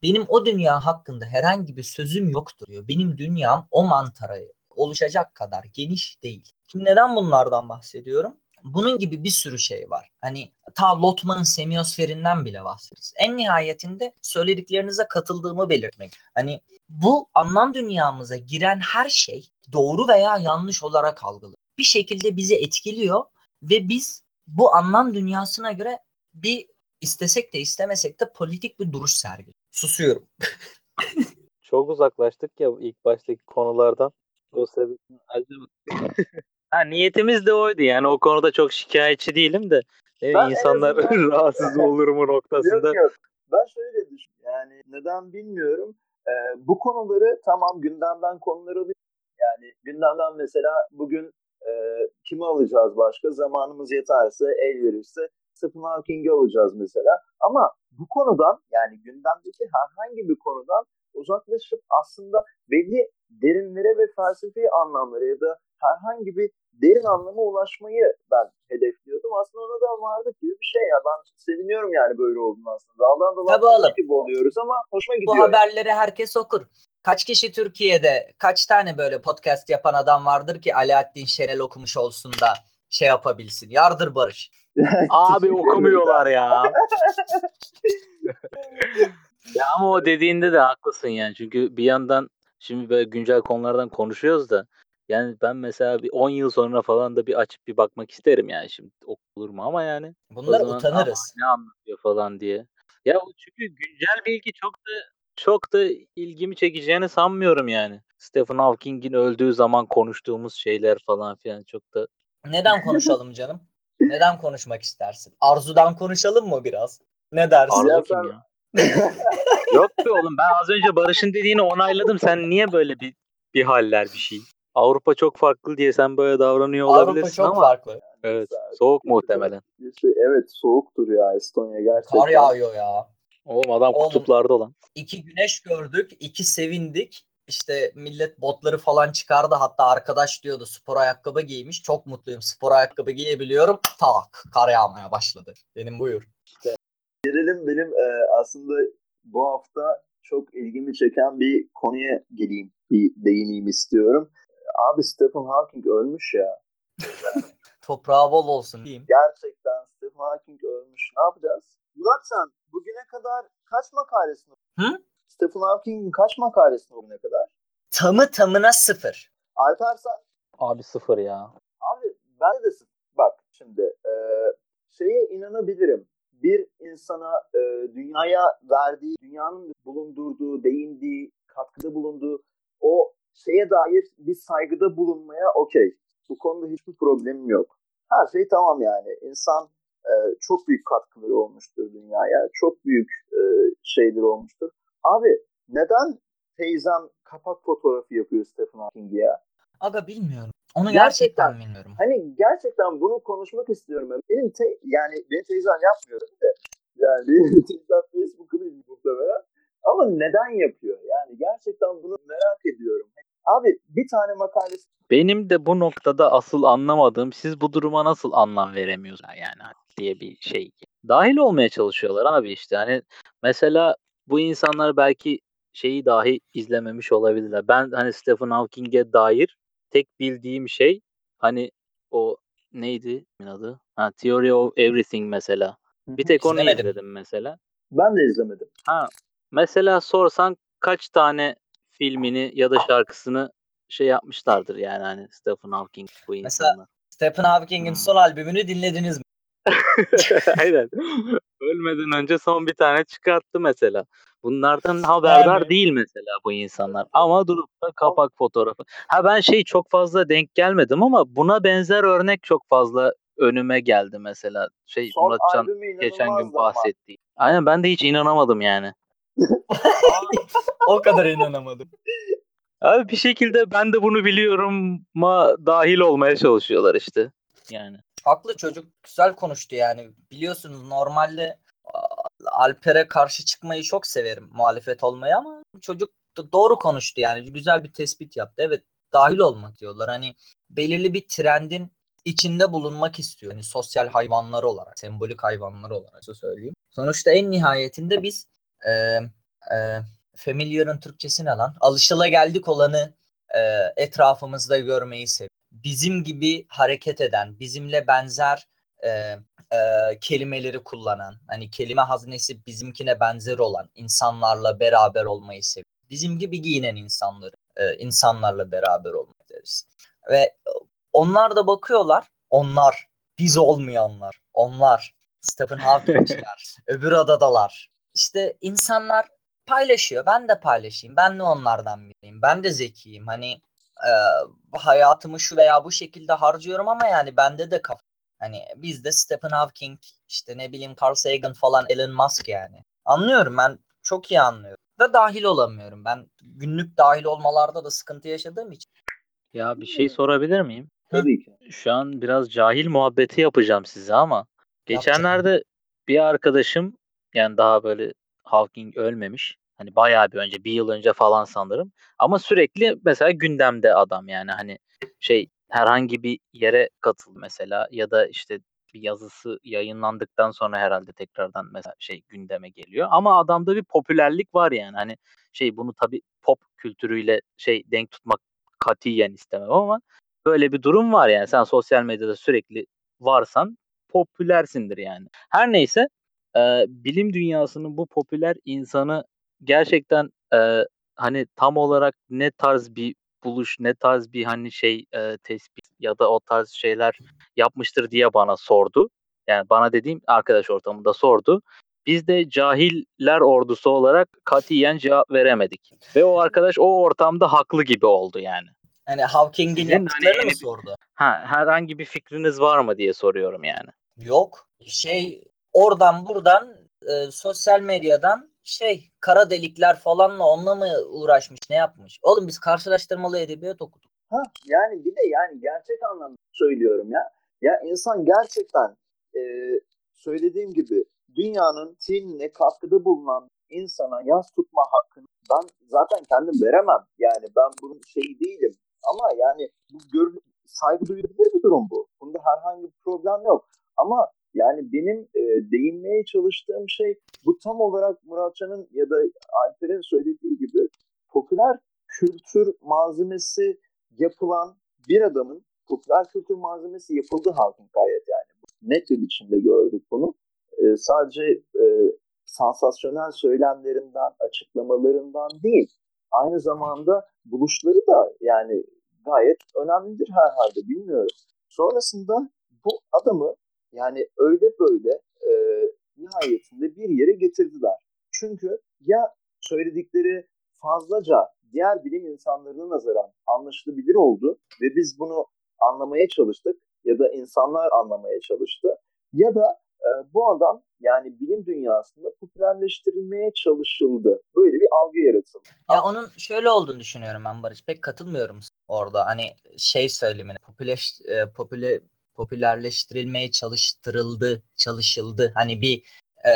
benim o dünya hakkında herhangi bir sözüm yoktur diyor. Benim dünyam o mantaraya oluşacak kadar geniş değil. Şimdi neden bunlardan bahsediyorum? Bunun gibi bir sürü şey var. Hani ta Lotman'ın semiyosferinden bile bahsederiz. En nihayetinde söylediklerinize katıldığımı belirtmek. Hani bu anlam dünyamıza giren her şey doğru veya yanlış olarak algılanıyor. Bir şekilde bizi etkiliyor ve biz bu anlam dünyasına göre bir istesek de istemesek de politik bir duruş sergiliyoruz. Susuyorum. Çok uzaklaştık ya ilk baştaki konulardan. O sebeple acaba. Niyetimiz de oydu yani o konuda çok şikayetçi değilim de Ben insanlar rahatsız olur mu noktasında. Yok. Ben şöyle düşünüyorum. Yani neden bilmiyorum. Bu konuları tamam gündemden konuları alıyor. Yani gündemden mesela bugün kimi alacağız başka? Zamanımız yeterse, el verirse Stephen Hawking'i alacağız mesela. Ama bu konudan yani gündemdeki herhangi bir konudan uzaklaşıp aslında belli derinlere ve felsefi anlamlara ya da herhangi bir derin anlama ulaşmayı ben hedefliyordum. Aslında ona da vardık gibi bir şey ya. Ben seviniyorum yani böyle olduğunu aslında. Daldan dala gibi oluyoruz ama hoşuma gidiyor. Bu haberleri herkes okur. Kaç kişi Türkiye'de, kaç tane böyle podcast yapan adam vardır ki Alaaddin Şenel okumuş olsun da şey yapabilsin. Yardır Barış. Abi okumuyorlar ya. Ya ama o dediğinde de haklısın yani. Çünkü bir yandan şimdi böyle güncel konulardan konuşuyoruz da yani ben mesela bir 10 yıl sonra falan da bir açıp bir bakmak isterim yani şimdi okulur mu ama yani. Bunlar o zaman utanırız. ne anlatıyor falan diye. Ya çünkü güncel bilgi çok da ilgimi çekeceğini sanmıyorum yani. Stephen Hawking'in öldüğü zaman konuştuğumuz şeyler falan filan çok da. Neden konuşalım canım? Neden konuşmak istersin? Arzudan konuşalım mı biraz? Ne dersin? Arzu kim ya? Yok be oğlum ben az önce Barış'ın dediğini onayladım. Sen niye böyle bir haller bir şey? Avrupa çok farklı diye sen böyle davranıyor olabilirsin Avrupa çok ama. farklı. Evet. Soğuk muhtemelen. Evet soğuktur ya Estonya gerçekten. Kar yağıyor ya. Oğlum adam kutuplarda olan. 2 güneş gördük, 2 sevindik. İşte millet botları falan çıkardı. Hatta arkadaş diyordu spor ayakkabı giymiş. Çok mutluyum. Spor ayakkabı giyebiliyorum. Tak kar yağmaya başladı. Benim buyur. Gelelim benim aslında bu hafta çok ilgimi çeken bir konuya geleyim. Bir değineyim istiyorum. Abi Stephen Hawking ölmüş ya. Toprağı bol olsun diyeyim. Gerçekten Stephen Hawking ölmüş. Ne yapacağız? Murat sen bugüne kadar kaç makalesini okudun? Stephen Hawking'in kaç makalesini bugüne kadar? Tamı tamına 0. Alper sen? Abi 0 ya. Abi ben de 0. Bak şimdi şeye inanabilirim. Bir insana dünyaya verdiği, dünyanın bulundurduğu, değindiği, katkıda bulunduğu o şeye dair bir saygıda bulunmaya okey. Bu konuda hiçbir problemim yok. Her şey tamam yani. İnsan çok büyük katkıları olmuştur dünyaya. Çok büyük şeyler olmuştur. Abi neden teyzem kapak fotoğrafı yapıyor Stephen Hawking'e ya? Aga bilmiyorum. Onu gerçekten bilmiyorum. Hani gerçekten bunu konuşmak istiyorum. Benim teyzem yapmıyor de. Yani benim teyzem Facebook'u bilmiyor muhtemelen. Ama neden yapıyor? Yani gerçekten bunu merak ediyorum. Abi bir tane makalesi. Benim de bu noktada asıl anlamadığım siz bu duruma nasıl anlam veremiyorsunuz yani diye bir şey. Dahil olmaya çalışıyorlar abi işte. Hani mesela bu insanlar belki şeyi dahi izlememiş olabilirler. Ben hani Stephen Hawking'e dair tek bildiğim şey hani o neydi adı? Theory of Everything mesela. Bir tek onu izledim mesela. Ben de izlemedim. Mesela sorsan kaç tane filmini ya da şarkısını şey yapmışlardır yani hani Stephen Hawking bu insanlar. Mesela Stephen Hawking'in son albümünü dinlediniz mi? Aynen. Ölmeden önce son bir tane çıkarttı mesela. Bunlardan haberdar değil mesela bu insanlar. Ama durup da kapak fotoğrafı. Ben çok fazla denk gelmedim ama buna benzer örnek çok fazla önüme geldi mesela. Muratcan geçen gün bahsetti. Aynen ben de hiç inanamadım yani. O kadar inanamadım. Abi bir şekilde ben de bunu biliyorum'a dahil olmaya çalışıyorlar işte. Yani. Haklı çocuk güzel konuştu yani. Biliyorsunuz normalde Alper'e karşı çıkmayı çok severim. Muhalefet olmayı ama çocuk doğru konuştu yani. Güzel bir tespit yaptı. Evet dahil olmak diyorlar. Hani belirli bir trendin içinde bulunmak istiyor. Yani sosyal hayvanları olarak, sembolik hayvanları olarak söyleyeyim. Sonuçta en nihayetinde biz Familiar'ın Türkçesi ne lan? Alışılageldik olanı etrafımızda görmeyi seviyoruz. Bizim gibi hareket eden, bizimle benzer kelimeleri kullanan, hani kelime haznesi bizimkine benzer olan insanlarla beraber olmayı seviyoruz. Bizim gibi giyinen insanlarla beraber olmayı severiz. Ve onlar da bakıyorlar, biz olmayanlar, Stephen Hawking'ler, öbür adadalar. İşte insanlar paylaşıyor. Ben de paylaşayım. Ben de onlardan biriyim. Ben de zekiyim. Hani hayatımı şu veya bu şekilde harcıyorum ama yani bende de kafa. Hani biz de Stephen Hawking, işte ne bileyim Carl Sagan falan, Elon Musk yani. Anlıyorum, ben çok iyi anlıyorum. Da dahil olamıyorum. Ben günlük dahil olmalarda da sıkıntı yaşadığım için. Ya bir şey sorabilir miyim? Tabii ki. Şu an biraz cahil muhabbeti yapacağım size ama geçenlerde bir arkadaşım, yani daha böyle Hawking ölmemiş. Hani bayağı bir önce, bir yıl önce falan sanırım. Ama sürekli mesela gündemde adam, yani hani herhangi bir yere katıldı mesela, ya da işte bir yazısı yayınlandıktan sonra herhalde tekrardan mesela gündeme geliyor. Ama adamda bir popülerlik var yani, hani bunu tabii pop kültürüyle denk tutmak katiyen istemem ama böyle bir durum var yani. Sen sosyal medyada sürekli varsan popülersindir yani. Her neyse, bilim dünyasının bu popüler insanı gerçekten hani tam olarak ne tarz bir buluş, ne tarz bir hani tespit ya da o tarz şeyler yapmıştır diye bana sordu. Yani bana dediğim, arkadaş ortamında sordu. Biz de cahiller ordusu olarak katiyen cevap veremedik. Ve o arkadaş o ortamda haklı gibi oldu yani. Hani Hawking'in Sizin yaptıklarını mı sordu? herhangi bir fikriniz var mı diye soruyorum yani. Yok. Oradan buradan sosyal medyadan kara delikler falanla onunla mı uğraşmış, ne yapmış? Oğlum biz karşılaştırmalı edebiyat okuduk. Yani bir de yani gerçek anlamda söylüyorum ya. Ya insan gerçekten söylediğim gibi dünyanın tinine katkıda bulunan insana yas tutma hakkını ben zaten kendim veremem. Yani ben bunun değilim. Ama yani bu saygı duyulabilir bir durum bu. Bunda herhangi bir problem yok. Ama yani benim değinmeye çalıştığım bu tam olarak Muratcan'ın ya da Alper'in söylediği gibi popüler kültür malzemesi yapılan bir adamın popüler kültür malzemesi yapıldı halkın gayet yani. Net bir biçimde gördük bunu. Sadece sansasyonel söylemlerinden, açıklamalarından değil. Aynı zamanda buluşları da yani gayet önemlidir herhalde, bilmiyorum. Sonrasında bu adamı yani öyle böyle nihayetinde bir yere getirdiler. Çünkü ya söyledikleri fazlaca diğer bilim insanlarına nazaran anlaşılabilir oldu ve biz bunu anlamaya çalıştık ya da insanlar anlamaya çalıştı, ya da bu adam yani bilim dünyasında popülerleştirilmeye çalışıldı. Böyle bir algı yaratıldı. Ya onun şöyle olduğunu düşünüyorum ben Barış. Pek katılmıyorum orada. Hani söylemine popülerleştirilmeye çalışıldı. Hani bir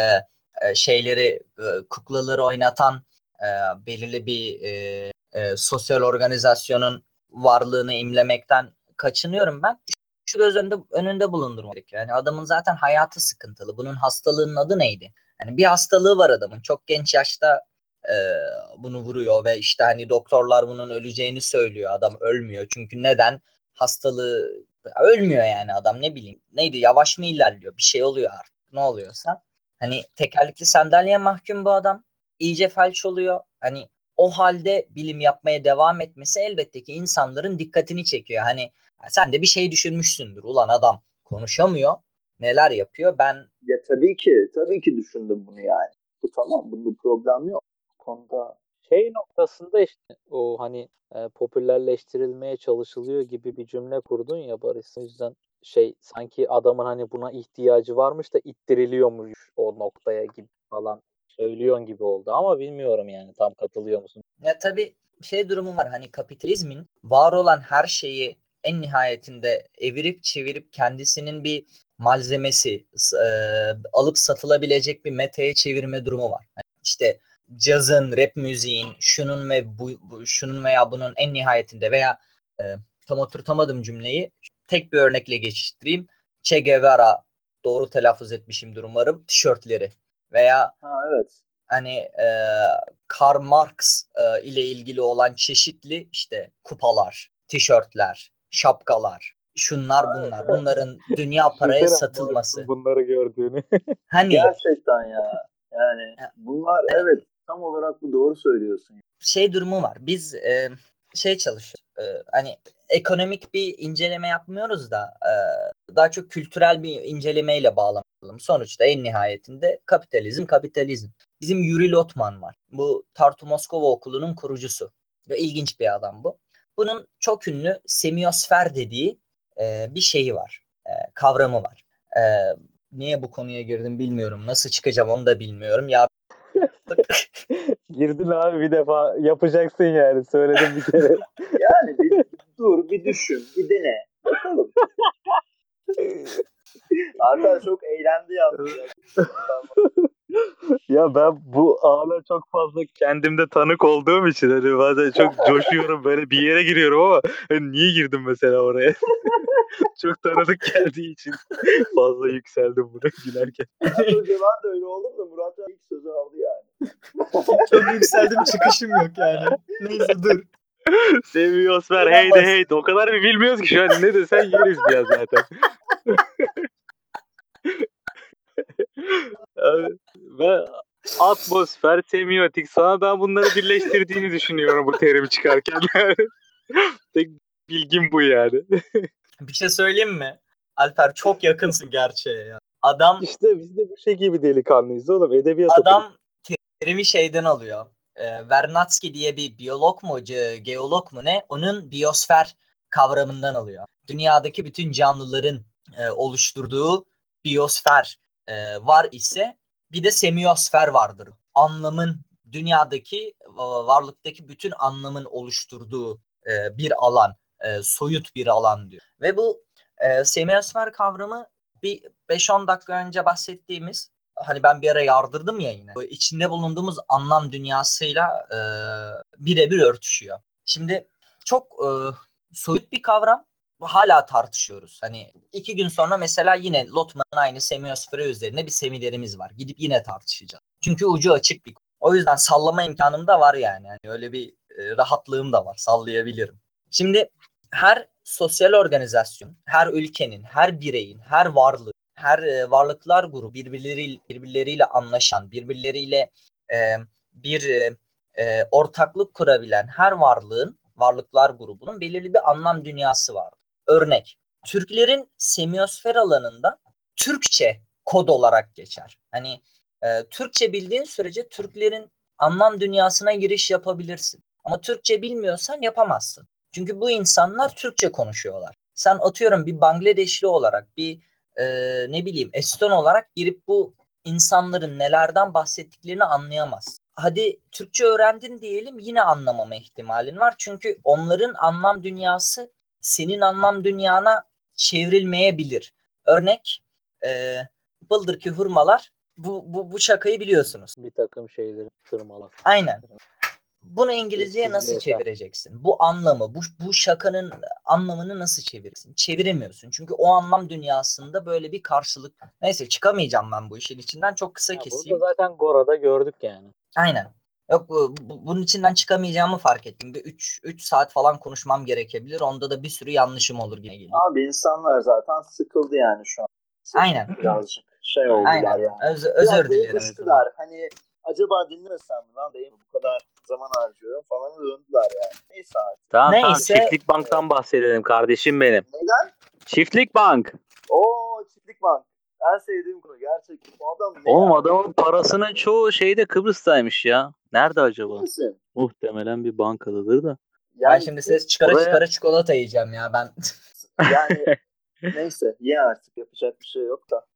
şeyleri kuklaları oynatan belirli bir sosyal organizasyonun varlığını imlemekten kaçınıyorum ben. Şu göz önünde bulundurmak gerekiyor. Yani adamın zaten hayatı sıkıntılı. Bunun hastalığının adı neydi? Yani bir hastalığı var adamın. Çok genç yaşta bunu vuruyor ve işte hani doktorlar bunun öleceğini söylüyor. Adam ölmüyor. Çünkü neden? Hastalığı ölmüyor yani adam, ne bileyim. Neydi? Yavaş mı ilerliyor? Bir şey oluyor artık. Ne oluyorsa. Hani tekerlekli sandalyeye mahkum bu adam. İyice felç oluyor. Hani o halde bilim yapmaya devam etmesi elbette ki insanların dikkatini çekiyor. Hani sen de bir şey düşünmüşsündür. Ulan adam konuşamıyor. Neler yapıyor? Ya tabii ki düşündüm bunu yani. Bu tamam, bunda problem yok. Bu konuda noktasında işte o hani popülerleştirilmeye çalışılıyor gibi bir cümle kurdun ya Barış. O yüzden sanki adamın hani buna ihtiyacı varmış da ittiriliyormuş o noktaya gibi falan söylüyorsun gibi oldu ama bilmiyorum yani, tam katılıyor musun? Ya tabii durumu var, hani kapitalizmin var olan her şeyi en nihayetinde evirip çevirip kendisinin bir malzemesi, alıp satılabilecek bir metaya çevirme durumu var. Yani işte cazın, rap müziğin, şunun ve şunun veya bunun en nihayetinde veya tam oturtamadım cümleyi, tek bir örnekle geçiştireyim. Che Guevara, doğru telaffuz etmişimdir umarım, tişörtleri veya evet. hani Karl Marx ile ilgili olan çeşitli işte kupalar, tişörtler, şapkalar, şunlar bunlar. Bunların dünya paraya satılması. Bunları gördüğünü. Hani gerçekten ya. Yani bunlar evet tam olarak bu, doğru söylüyorsun. şey durumu var. Biz çalışıyoruz. Hani ekonomik bir inceleme yapmıyoruz da daha çok kültürel bir incelemeyle bağlamalım. Sonuçta en nihayetinde kapitalizm. Bizim Yuri Lotman var. Bu Tartu Moskova Okulu'nun kurucusu. Ve ilginç bir adam bu. Bunun çok ünlü semiyosfer dediği bir şeyi var. Kavramı var. Niye bu konuya girdim bilmiyorum. Nasıl çıkacağım onu da bilmiyorum. Ya Girdin abi, bir defa yapacaksın yani. Söyledim bir kere. Yani bir dur, bir düşün, bir dene. Bakalım. Hatta çok eğlendi yalnız. Ya ben bu ana çok fazla kendimde tanık olduğum için hani bazen çok coşuyorum, böyle bir yere giriyorum ama hani niye girdim mesela oraya? Çok tanıdık geldiği için fazla yükseldim buna gülerken. Az önce ben de öyle oldum da Muratcan ilk sözü aldı yani. çok yükseldim, çıkışım yok yani. Neyse dur. Semiyosfer heydi o kadar bir bilmiyoruz ki şu an, ne desen yeriz biraz zaten. Ve atmosfer, semiotik, sonra ben bunları birleştirdiğini düşünüyorum bu terimi çıkarken. Tek bilgim bu yani. Bir şey söyleyeyim mi? Alper çok yakınsın gerçeğe ya. Adam İşte biz de bu şey gibi delikanlıyız oğlum. Edebiyat okuduk. adam terimi şeyden alıyor. Vernadsky diye bir biyolog mu, geolog mu ne? Onun biyosfer kavramından alıyor. Dünyadaki bütün canlıların oluşturduğu biyosfer var ise bir de semiyosfer vardır. Anlamın, dünyadaki varlıktaki bütün anlamın oluşturduğu bir alan, soyut bir alan diyor. Ve bu semiyosfer kavramı bir 5-10 dakika önce bahsettiğimiz, hani ben bir ara yardırdım ya yine. İçinde bulunduğumuz anlam dünyasıyla birebir örtüşüyor. Şimdi çok soyut bir kavram. Hala tartışıyoruz. Hani 2 gün sonra mesela yine Lotman'ın aynı semiyosferi üzerine bir seminerimiz var. Gidip yine tartışacağız. Çünkü ucu açık bir konu. O yüzden sallama imkanım da var yani. Yani öyle bir rahatlığım da var. Sallayabilirim. Şimdi her sosyal organizasyon, her ülkenin, her bireyin, her varlığı, her varlıklar grubu birbirleriyle anlaşan, birbirleriyle bir ortaklık kurabilen her varlıklar grubunun belirli bir anlam dünyası var. Örnek, Türklerin semiyosfer alanında Türkçe kod olarak geçer. Hani Türkçe bildiğin sürece Türklerin anlam dünyasına giriş yapabilirsin. Ama Türkçe bilmiyorsan yapamazsın. Çünkü bu insanlar Türkçe konuşuyorlar. Sen atıyorum bir Bangladeşli olarak, bir ne bileyim Eston olarak girip bu insanların nelerden bahsettiklerini anlayamazsın. Hadi Türkçe öğrendin diyelim, yine anlamama ihtimalin var. Çünkü onların anlam dünyası senin anlam dünyana çevrilmeyebilir. Örnek bıldırcın hurmalar, bu şakayı biliyorsunuz. Bir takım şeyleri tırmalar. Aynen. Bunu İngilizceye nasıl çevireceksin? Bu anlamı, bu şakanın anlamını nasıl çevirirsin? Çeviremiyorsun. Çünkü o anlam dünyasında böyle bir karşılık. Neyse, çıkamayacağım ben bu işin içinden. Çok kısa keseyim. Bunu da zaten Gora'da gördük yani. Aynen. Yok, bunun içinden çıkamayacağımı fark ettim. 3 saat falan konuşmam gerekebilir. Onda da bir sürü yanlışım olur yine geliyor. Abi insanlar zaten sıkıldı yani şu an. Aynen. Birazcık şey oldular Aynen. yani. Özür dilerim. Düştüler. Hani acaba dinlemesem mi lan, değil mi? Bu kadar zaman harcıyorum falan, döndüler yani. Neyse artık. Tamam, Çiftlik Bank'tan bahsedelim kardeşim benim. Neden? Çiftlik Bank. Oo, Çiftlik Bank. En sevdiğim konu gerçekten. O adam ne? Oğlum adamın parasının çoğu şeyde Kıbrıs'taymış ya. Nerede acaba? Misin? Muhtemelen bir bankadadır da. Yani, ben şimdi ses çıkara çikolata yiyeceğim ya ben. Yani neyse, ye artık, yapacak bir şey yok da.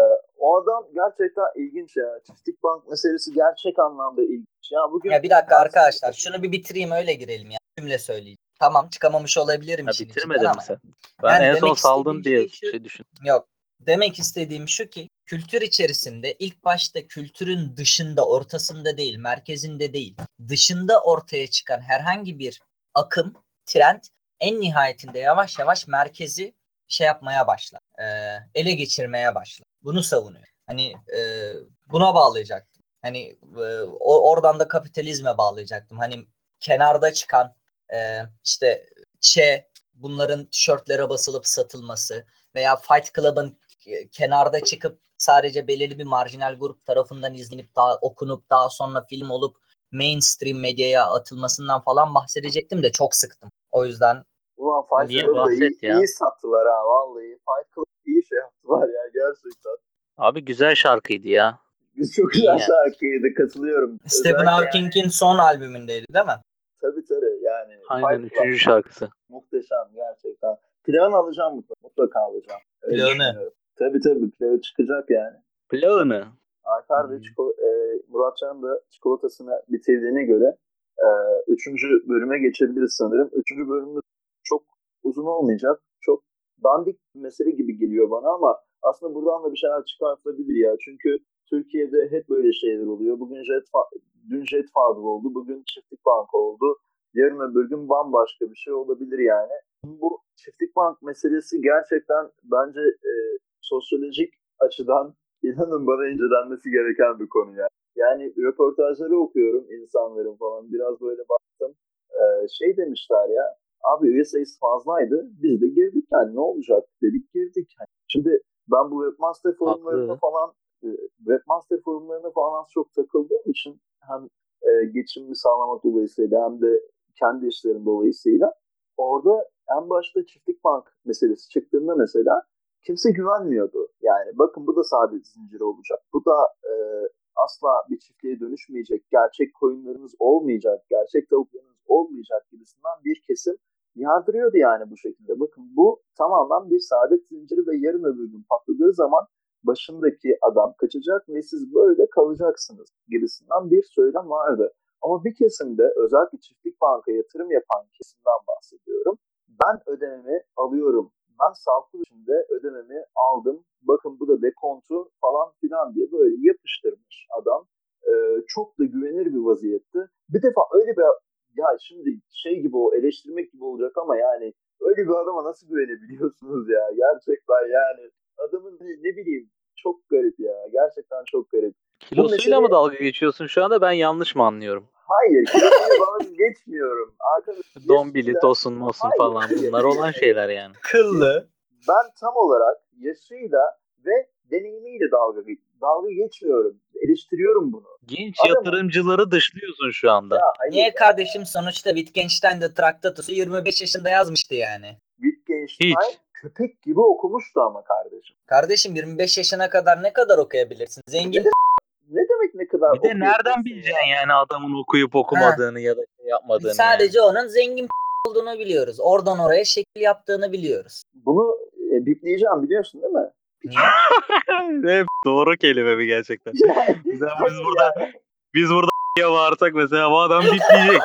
O adam gerçekten ilginç ya. Çiftlik Bank meselesi gerçek anlamda ilginç. Ya bugün bir dakika arkadaşlar, şunu bir bitireyim öyle girelim ya. Cümle söyleyeyim. Tamam, çıkamamış olabilirim işin bitirmedin mi sen? Ben yani en son saldın diye düşün. Yok. Demek istediğim şu ki, kültür içerisinde ilk başta kültürün dışında, ortasında değil, merkezinde değil, dışında ortaya çıkan herhangi bir akım, trend en nihayetinde yavaş yavaş merkezi yapmaya başlar. Ele geçirmeye başlar. Bunu savunuyor. Hani buna bağlayacaktım. Hani oradan da kapitalizme bağlayacaktım. Hani kenarda çıkan işte bunların tişörtlere basılıp satılması veya Fight Club'ın kenarda çıkıp sadece belirli bir marjinal grup tarafından izlenip daha okunup daha sonra film olup mainstream medyaya atılmasından falan bahsedecektim de çok sıktım. O yüzden Ulan Fight Club'da iyi sattılar ha vallahi. Fight Club iyi şey yaptılar ya gerçekten. Abi güzel şarkıydı ya. Çok güzel şarkıydı, katılıyorum. Stephen Hawking'in son albümündeydi değil mi? Tabii yani. Aynen 3. şarkısı. Muhteşem gerçekten. Planı alacağım mutlaka alacağım. Planı. Tabii planı çıkacak yani. Planı. Alper ve Muratcan da çikolatasını bitirdiğine göre 3. bölüme geçebiliriz sanırım. 3. bölümümüz çok uzun olmayacak. Çok dandik bir mesele gibi geliyor bana ama aslında buradan da bir şeyler çıkartılabilir ya. Çünkü Türkiye'de hep böyle şeyler oluyor. Dün Jet Fadıl oldu. Bugün Çiftlik Bank oldu. Yarın öbür gün bambaşka bir şey olabilir yani. Bu Çiftlik Bank meselesi gerçekten bence sosyolojik açıdan İnanın bana incelenmesi gereken bir konu ya. Yani röportajları okuyorum insanların falan. Biraz böyle baktım. Demişler ya. Abi üye sayısı fazlaydı. Biz de girdik yani ne olacak dedik girdik. Şimdi ben bu webmaster forumlarına falan az çok takıldığım için hem geçimimi sağlamak dolayısıyla hem de kendi işlerim dolayısıyla orada en başta Çiftlik Bank meselesi çıktığında mesela kimse güvenmiyordu. Yani bakın bu da sadece zinciri olacak. Bu da asla bir çiftliğe dönüşmeyecek. Gerçek koyunlarınız olmayacak. Gerçek tavuklarınız olmayacak gibisinden bir kesim yardırıyordu yani bu şekilde. Bakın bu tamamen bir saadet zinciri ve yarın öbür gün patladığı zaman başındaki adam kaçacak ve siz böyle kalacaksınız gibisinden bir söylem vardı. Ama bir kesimde özellikle Çiftlik Bank'a yatırım yapan kesimden bahsediyorum. Ben ödememi alıyorum. Ben sağlıklı biçimde ödememi aldım. Bakın bu da dekontu falan filan diye böyle yapıştırmış adam. Çok da güvenir bir vaziyette. Bir defa öyle bir ya şimdi gibi o eleştirmek gibi olacak ama yani öyle bir adama nasıl güvenebiliyorsunuz ya? Gerçekten yani adamın ne bileyim çok garip ya. Gerçekten çok garip. Kilosuyla mı dalga geçiyorsun şu anda ben yanlış mı anlıyorum? Hayır kilosuyla dalga geçmiyorum. Arkadaşlar Dombili, tosun, mosun falan bunlar olan şeyler yani. Kıllı. Ben tam olarak yaşıyla ve deneyimiyle dalga geçmiyorum. Eleştiriyorum bunu. Genç yatırımcıları dışlıyorsun şu anda. Niye kardeşim sonuçta Wittgenstein de Traktatus'u 25 yaşında yazmıştı yani. Wittgenstein köpek gibi okumuştu ama kardeşim. Kardeşim 25 yaşına kadar ne kadar okuyabilirsin? Zengin. Ne demek ne kadar okuyabilirsin? Bir de nereden bileceksin yani adamın okuyup okumadığını ya da yapmadığını? Biz sadece onun zengin olduğunu biliyoruz. Oradan oraya şekil yaptığını biliyoruz. Bunu bipleyeceğim biliyorsun değil mi? Ne doğru kelime mi gerçekten? biz burada ya bağırsak mesela bu adam bipleyecek.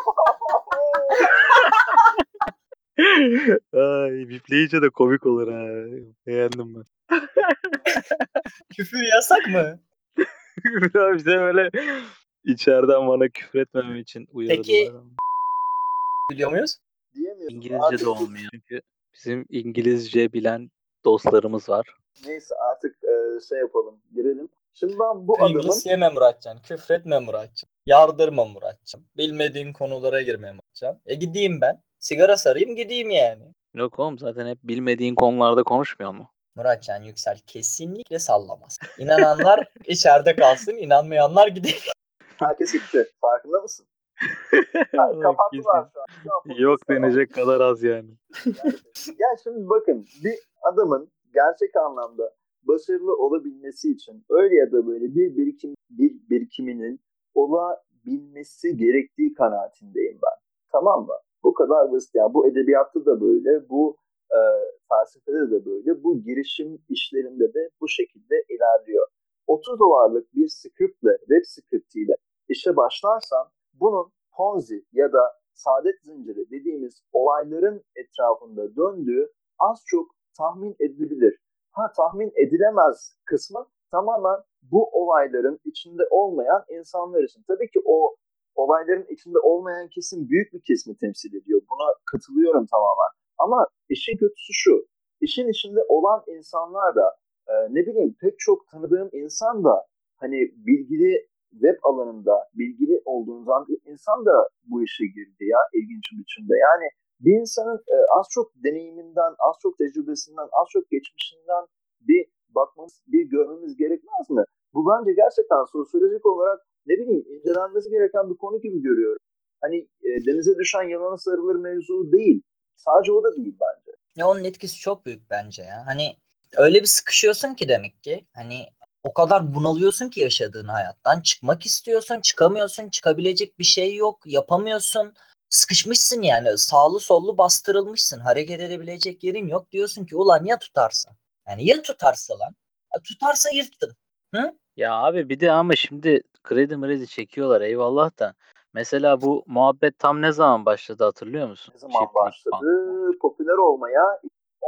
Ay bipleyince de komik olur ha. Beğendim ben. Küfür yasak mı? Bize böyle içeriden bana küfür etmemem için uyardılar. Peki biliyor muyuz? Diyemiyoruz. İngilizce de olmuyor. Çünkü bizim İngilizce bilen dostlarımız var. Neyse artık yapalım. Girelim. Şimdi ben bu adamın... Pringles yeme Muratcan. Küfretme Muratcan. Yardırma Muratcan. Bilmediğin konulara girme Muratcan. Gideyim ben. Sigara sarayım gideyim yani. Yok oğlum zaten hep bilmediğin konularda konuşmuyor mu? Muratcan Yüksel kesinlikle sallamaz. İnananlar içeride kalsın, inanmayanlar gider. Herkes gitti. Farkında mısın? Kapattılar şu an. Yok denecek kadar az yani. Ya şimdi bakın bir adamın gerçek anlamda başarılı olabilmesi için öyle ya da böyle bir birikiminin olabilmesi gerektiği kanaatindeyim ben. Tamam mı? Bu kadar basit. Yani bu edebiyatta da böyle, bu felsefede de böyle, bu girişim işlerinde de bu şekilde ilerliyor. 30 dolarlık bir scriptle, web scriptiyle işe başlarsan bunun Ponzi ya da saadet zinciri dediğimiz olayların etrafında döndüğü az çok tahmin edilebilir. Tahmin edilemez kısmı tamamen bu olayların içinde olmayan insanlar için. Tabii ki o olayların içinde olmayan kesim büyük bir kesimi temsil ediyor. Buna katılıyorum tamamen. Ama işin kötüsü şu. İşin içinde olan insanlar da pek çok tanıdığım insan da hani bilgili web alanında bilgili olduğunuz zaman bir insan da bu işe girdi ya ilginç bir biçimde. Yani bir insanın az çok deneyiminden, az çok tecrübesinden, az çok geçmişinden bir bakmamız, bir görmemiz gerekmez mi? Bu bence gerçekten sosyolojik olarak ne bileyim incelenmesi gereken bir konu gibi görüyorum. Hani denize düşen yılana sarılır mevzu değil. Sadece o da değil bence. Ya onun etkisi çok büyük bence ya. Hani öyle bir sıkışıyorsun ki demek ki. Hani o kadar bunalıyorsun ki yaşadığın hayattan. Çıkmak istiyorsun, çıkamıyorsun. Çıkabilecek bir şey yok, yapamıyorsun. Sıkışmışsın yani. Sağlı sollu bastırılmışsın. Hareket edebilecek yerin yok. Diyorsun ki ulan ya tutarsa? Yani ya tutarsa lan? Ya tutarsa yırttın. Hı? Ya abi bir de ama şimdi kredi çekiyorlar eyvallah da. Mesela bu muhabbet tam ne zaman başladı hatırlıyor musun? Ne zaman Çiftlik başladı? bank. Popüler olmaya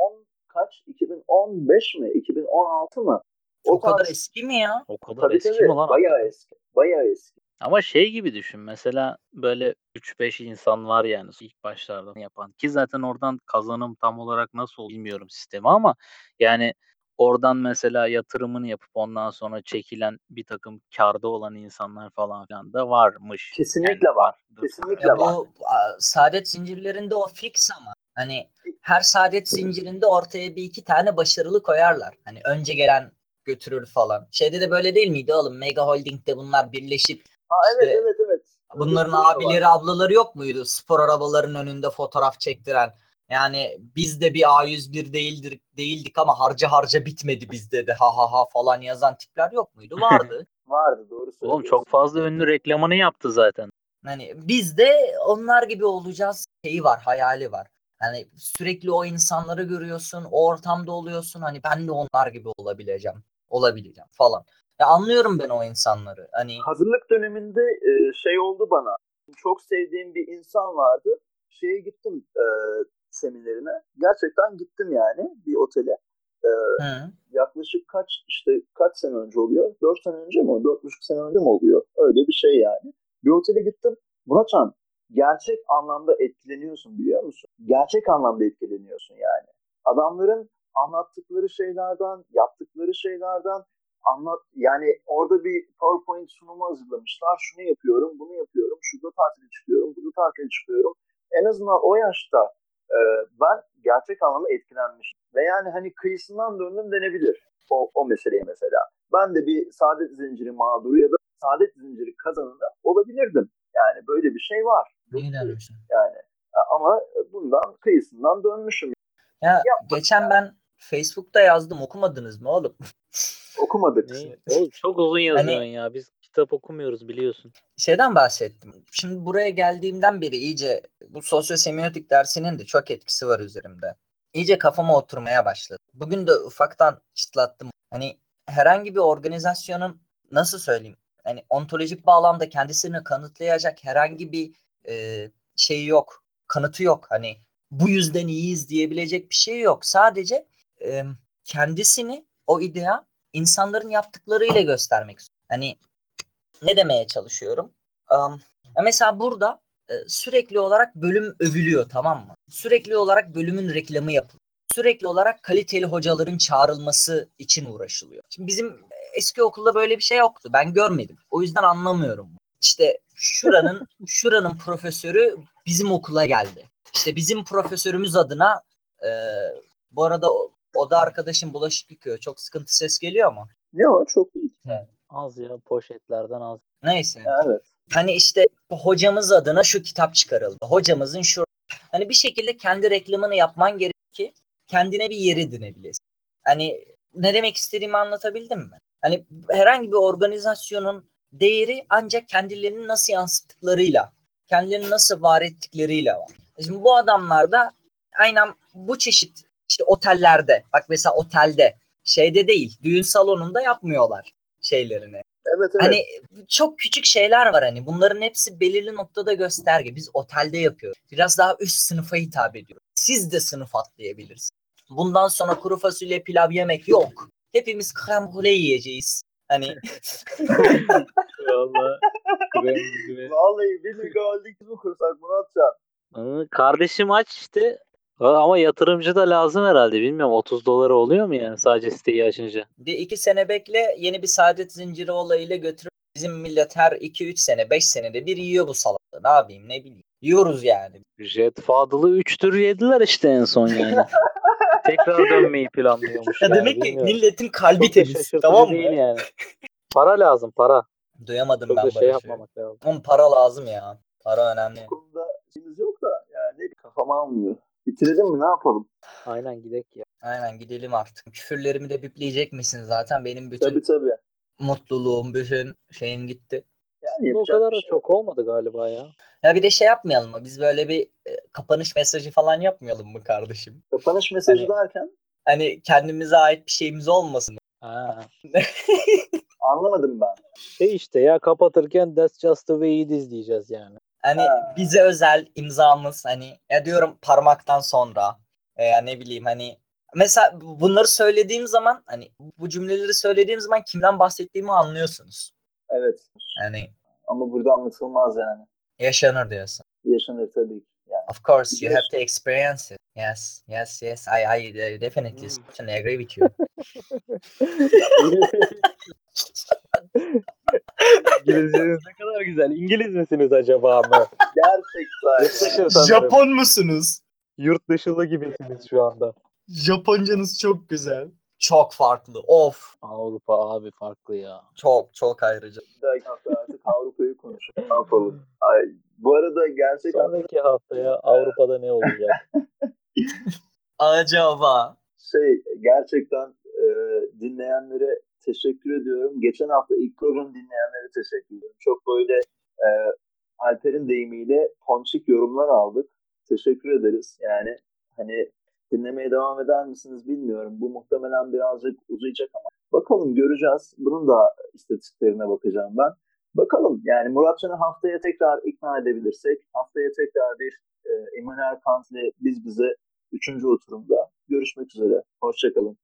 2015 mi? 2016 mı? O kadar eski mi ya? O kadar Tabii eski mi lan? bayağı hakikaten? eski. Bayağı eski. Ama şey gibi düşün mesela böyle 3-5 insan var yani ilk başlarda yapan ki zaten oradan kazanım tam olarak nasıl bilmiyorum sistemi ama yani oradan mesela yatırımını yapıp ondan sonra çekilen bir takım kârda olan insanlar falan filan da varmış. Kesinlikle Yani var. vardır. Kesinlikle Ya var. bu saadet zincirlerinde o fix ama hani her saadet zincirinde ortaya bir iki tane başarılı koyarlar. Hani önce gelen götürür falan. Şeyde de böyle değil miydi oğlum? Mega Holding'de bunlar birleşip Ha işte evet. bunların Öyle abileri ablaları yok muydu? Spor arabaların önünde fotoğraf çektiren. Yani biz de bir A101 değildik ama harca bitmedi bizde de ha ha ha falan yazan tipler yok muydu? Vardı. Vardı doğru Oğlum söylüyorsun. çok fazla ünlü reklamını yaptı zaten. Hani biz de onlar gibi olacağız şeyi var, hayali var. Hani sürekli o insanları görüyorsun, o ortamda oluyorsun. Hani ben de onlar gibi olabileceğim falan. Ya anlıyorum ben o insanları. Hani Hazırlık döneminde şey oldu bana. Çok sevdiğim bir insan vardı. Şeye gittim seminerine. Gerçekten gittim yani bir otele. E, hı, yaklaşık kaç sene önce oluyor? 4 sene önce mi? 4,5 sene önce mi oluyor? Öyle bir şey yani. Bir otele gittim. Muratcan gerçek anlamda etkileniyorsun biliyor musun? Gerçek anlamda etkileniyorsun yani. Adamların anlattıkları şeylerden, yaptıkları şeylerden yani orada bir PowerPoint sunumu hazırlamışlar. Şunu yapıyorum, bunu yapıyorum, şurada tatile çıkıyorum, burada tatile çıkıyorum. En azından o yaşta ben gerçek anlamda etkilenmişim. Ve yani hani kıyısından döndüm denebilir o meseleye mesela. Ben de bir saadet zinciri mağduru ya da saadet zinciri kazanında olabilirdim. Yani böyle bir şey var. Yani ama bundan kıyısından dönmüşüm. ya geçen ben Facebook'ta yazdım, okumadınız mı oğlum? Okumadık. Ne? Oğlum çok uzun yazıyorsun Hani ya. Biz kitap okumuyoruz biliyorsun. şeyden bahsettim. Şimdi buraya geldiğimden beri iyice bu sosyosemiotik dersinin de çok etkisi var üzerimde. İyice kafama oturmaya başladı. Bugün de ufaktan çıtlattım. Hani herhangi bir organizasyonun nasıl söyleyeyim? Hani ontolojik bağlamda kendisini kanıtlayacak herhangi bir şeyi yok. Kanıtı yok. Hani bu yüzden iyiyiz diyebilecek bir şey yok. Sadece e, kendisini o idea insanların yaptıklarıyla göstermek istiyor. Hani ne demeye çalışıyorum? Mesela burada sürekli olarak bölüm övülüyor, tamam mı? Sürekli olarak bölümün reklamı yapılıyor. Sürekli olarak kaliteli hocaların çağrılması için uğraşılıyor. Şimdi bizim eski okulda böyle bir şey yoktu. Ben görmedim. O yüzden anlamıyorum. İşte şuranın profesörü bizim okula geldi. İşte bizim profesörümüz adına e, bu arada o da arkadaşım bulaşık yıkıyor. Çok sıkıntı ses geliyor mu? Ne o? Çok iyi. Az ya poşetlerden az. Neyse. Evet. Hani işte hocamız adına şu kitap çıkarıldı. Hocamızın şu hani bir şekilde kendi reklamını yapman gerekir ki kendine bir yer edinebilesin. Hani ne demek istediğimi anlatabildim mi? Hani herhangi bir organizasyonun değeri ancak kendilerini nasıl yansıttıklarıyla, kendilerini nasıl var ettikleriyle var. Şimdi bu adamlar da aynen bu çeşit işte otellerde, bak mesela otelde şeyde değil, düğün salonunda yapmıyorlar şeylerini. Evet. Hani çok küçük şeyler var hani. Bunların hepsi belirli noktada gösterge. Biz otelde yapıyoruz. Biraz daha üst sınıfa hitap ediyoruz. Siz de sınıf atlayabilirsiniz. Bundan sonra kuru fasulye pilav yemek yok. Hepimiz krem brûlée yiyeceğiz. Hani Vallahi krem gibi. Vallahi bir Mega Holding mi kursak Muratcan? Kardeşim aç işte. Ama yatırımcı da lazım herhalde. Bilmiyorum 30 dolara oluyor mu yani sadece siteyi açınca? bir iki sene bekle, yeni bir saadet zinciri olayıyla götürür Bizim millet her 2-3 sene 5 senede bir yiyor bu salatı. Ne yapayım ne bileyim. Yiyoruz yani. Jet Fadıl'ı 3 tür yediler işte en son yani. Tekrar dönmeyi planlıyormuş Ya yani, demek ki bilmiyorum. milletin kalbi Çok da temiz. şaşırtıcı Tamam mı? değil yani. Para lazım, para. Duyamadım Çok da ben şey Barış'ı. yapmamak lazım. Ama para lazım ya. Para önemli. Bu konuda şeyimiz yok da yani kafama almıyor. Bitirelim mi, ne yapalım? Aynen, gidek ya. Aynen gidelim artık. Küfürlerimi de bipleyecek misin zaten? Benim bütün Tabii. mutluluğum, bütün şeyim gitti. Yani O kadar da çok olmadı galiba ya. Ya bir de şey yapmayalım mı? Biz böyle bir kapanış mesajı falan yapmayalım mı kardeşim? Kapanış mesajı derken? Hani kendimize ait bir şeyimiz olmasın. Ha. Anlamadım ben. Şey işte ya, kapatırken That's Just the Way It Is diyeceğiz yani. Hani bize özel imzamız, hani ya diyorum parmaktan sonra veya ne bileyim, hani mesela bunları söylediğim zaman, hani bu cümleleri söylediğim zaman kimden bahsettiğimi anlıyorsunuz. Evet. Yani Ama burada anlatılmaz yani. yaşanır diyorsun. Yaşanır tabii ki. Yani. Of course you have to experience it. Yes. I definitely agree with you. İngilizceniz ne kadar güzel. İngiliz misiniz acaba mı? Gerçekten. Japon musunuz? Yurt dışılı gibisiniz şu anda. Japoncanız çok güzel. Çok farklı. Of. Avrupa abi farklı ya. Çok ayrıca. Bir dahaki hafta artık Avrupa'yı konuşalım. Ne yapalım? Ay, bu arada gerçekten... Sonraki haftaya Avrupa'da ne olacak? Acaba. Gerçekten dinleyenlere teşekkür ediyorum. Geçen hafta ilk program dinleyenlere teşekkür ediyorum. Çok böyle Alper'in deyimiyle ponçik yorumlar aldık. Teşekkür ederiz. Yani hani dinlemeye devam eder misiniz bilmiyorum. Bu muhtemelen birazcık uzayacak ama bakalım, göreceğiz. Bunun da istatistiklerine bakacağım ben. Bakalım yani Muratcan'ı haftaya tekrar ikna edebilirsek, haftaya tekrar bir Immanuel Kant ile biz bize 3. oturumda görüşmek üzere. Hoşçakalın.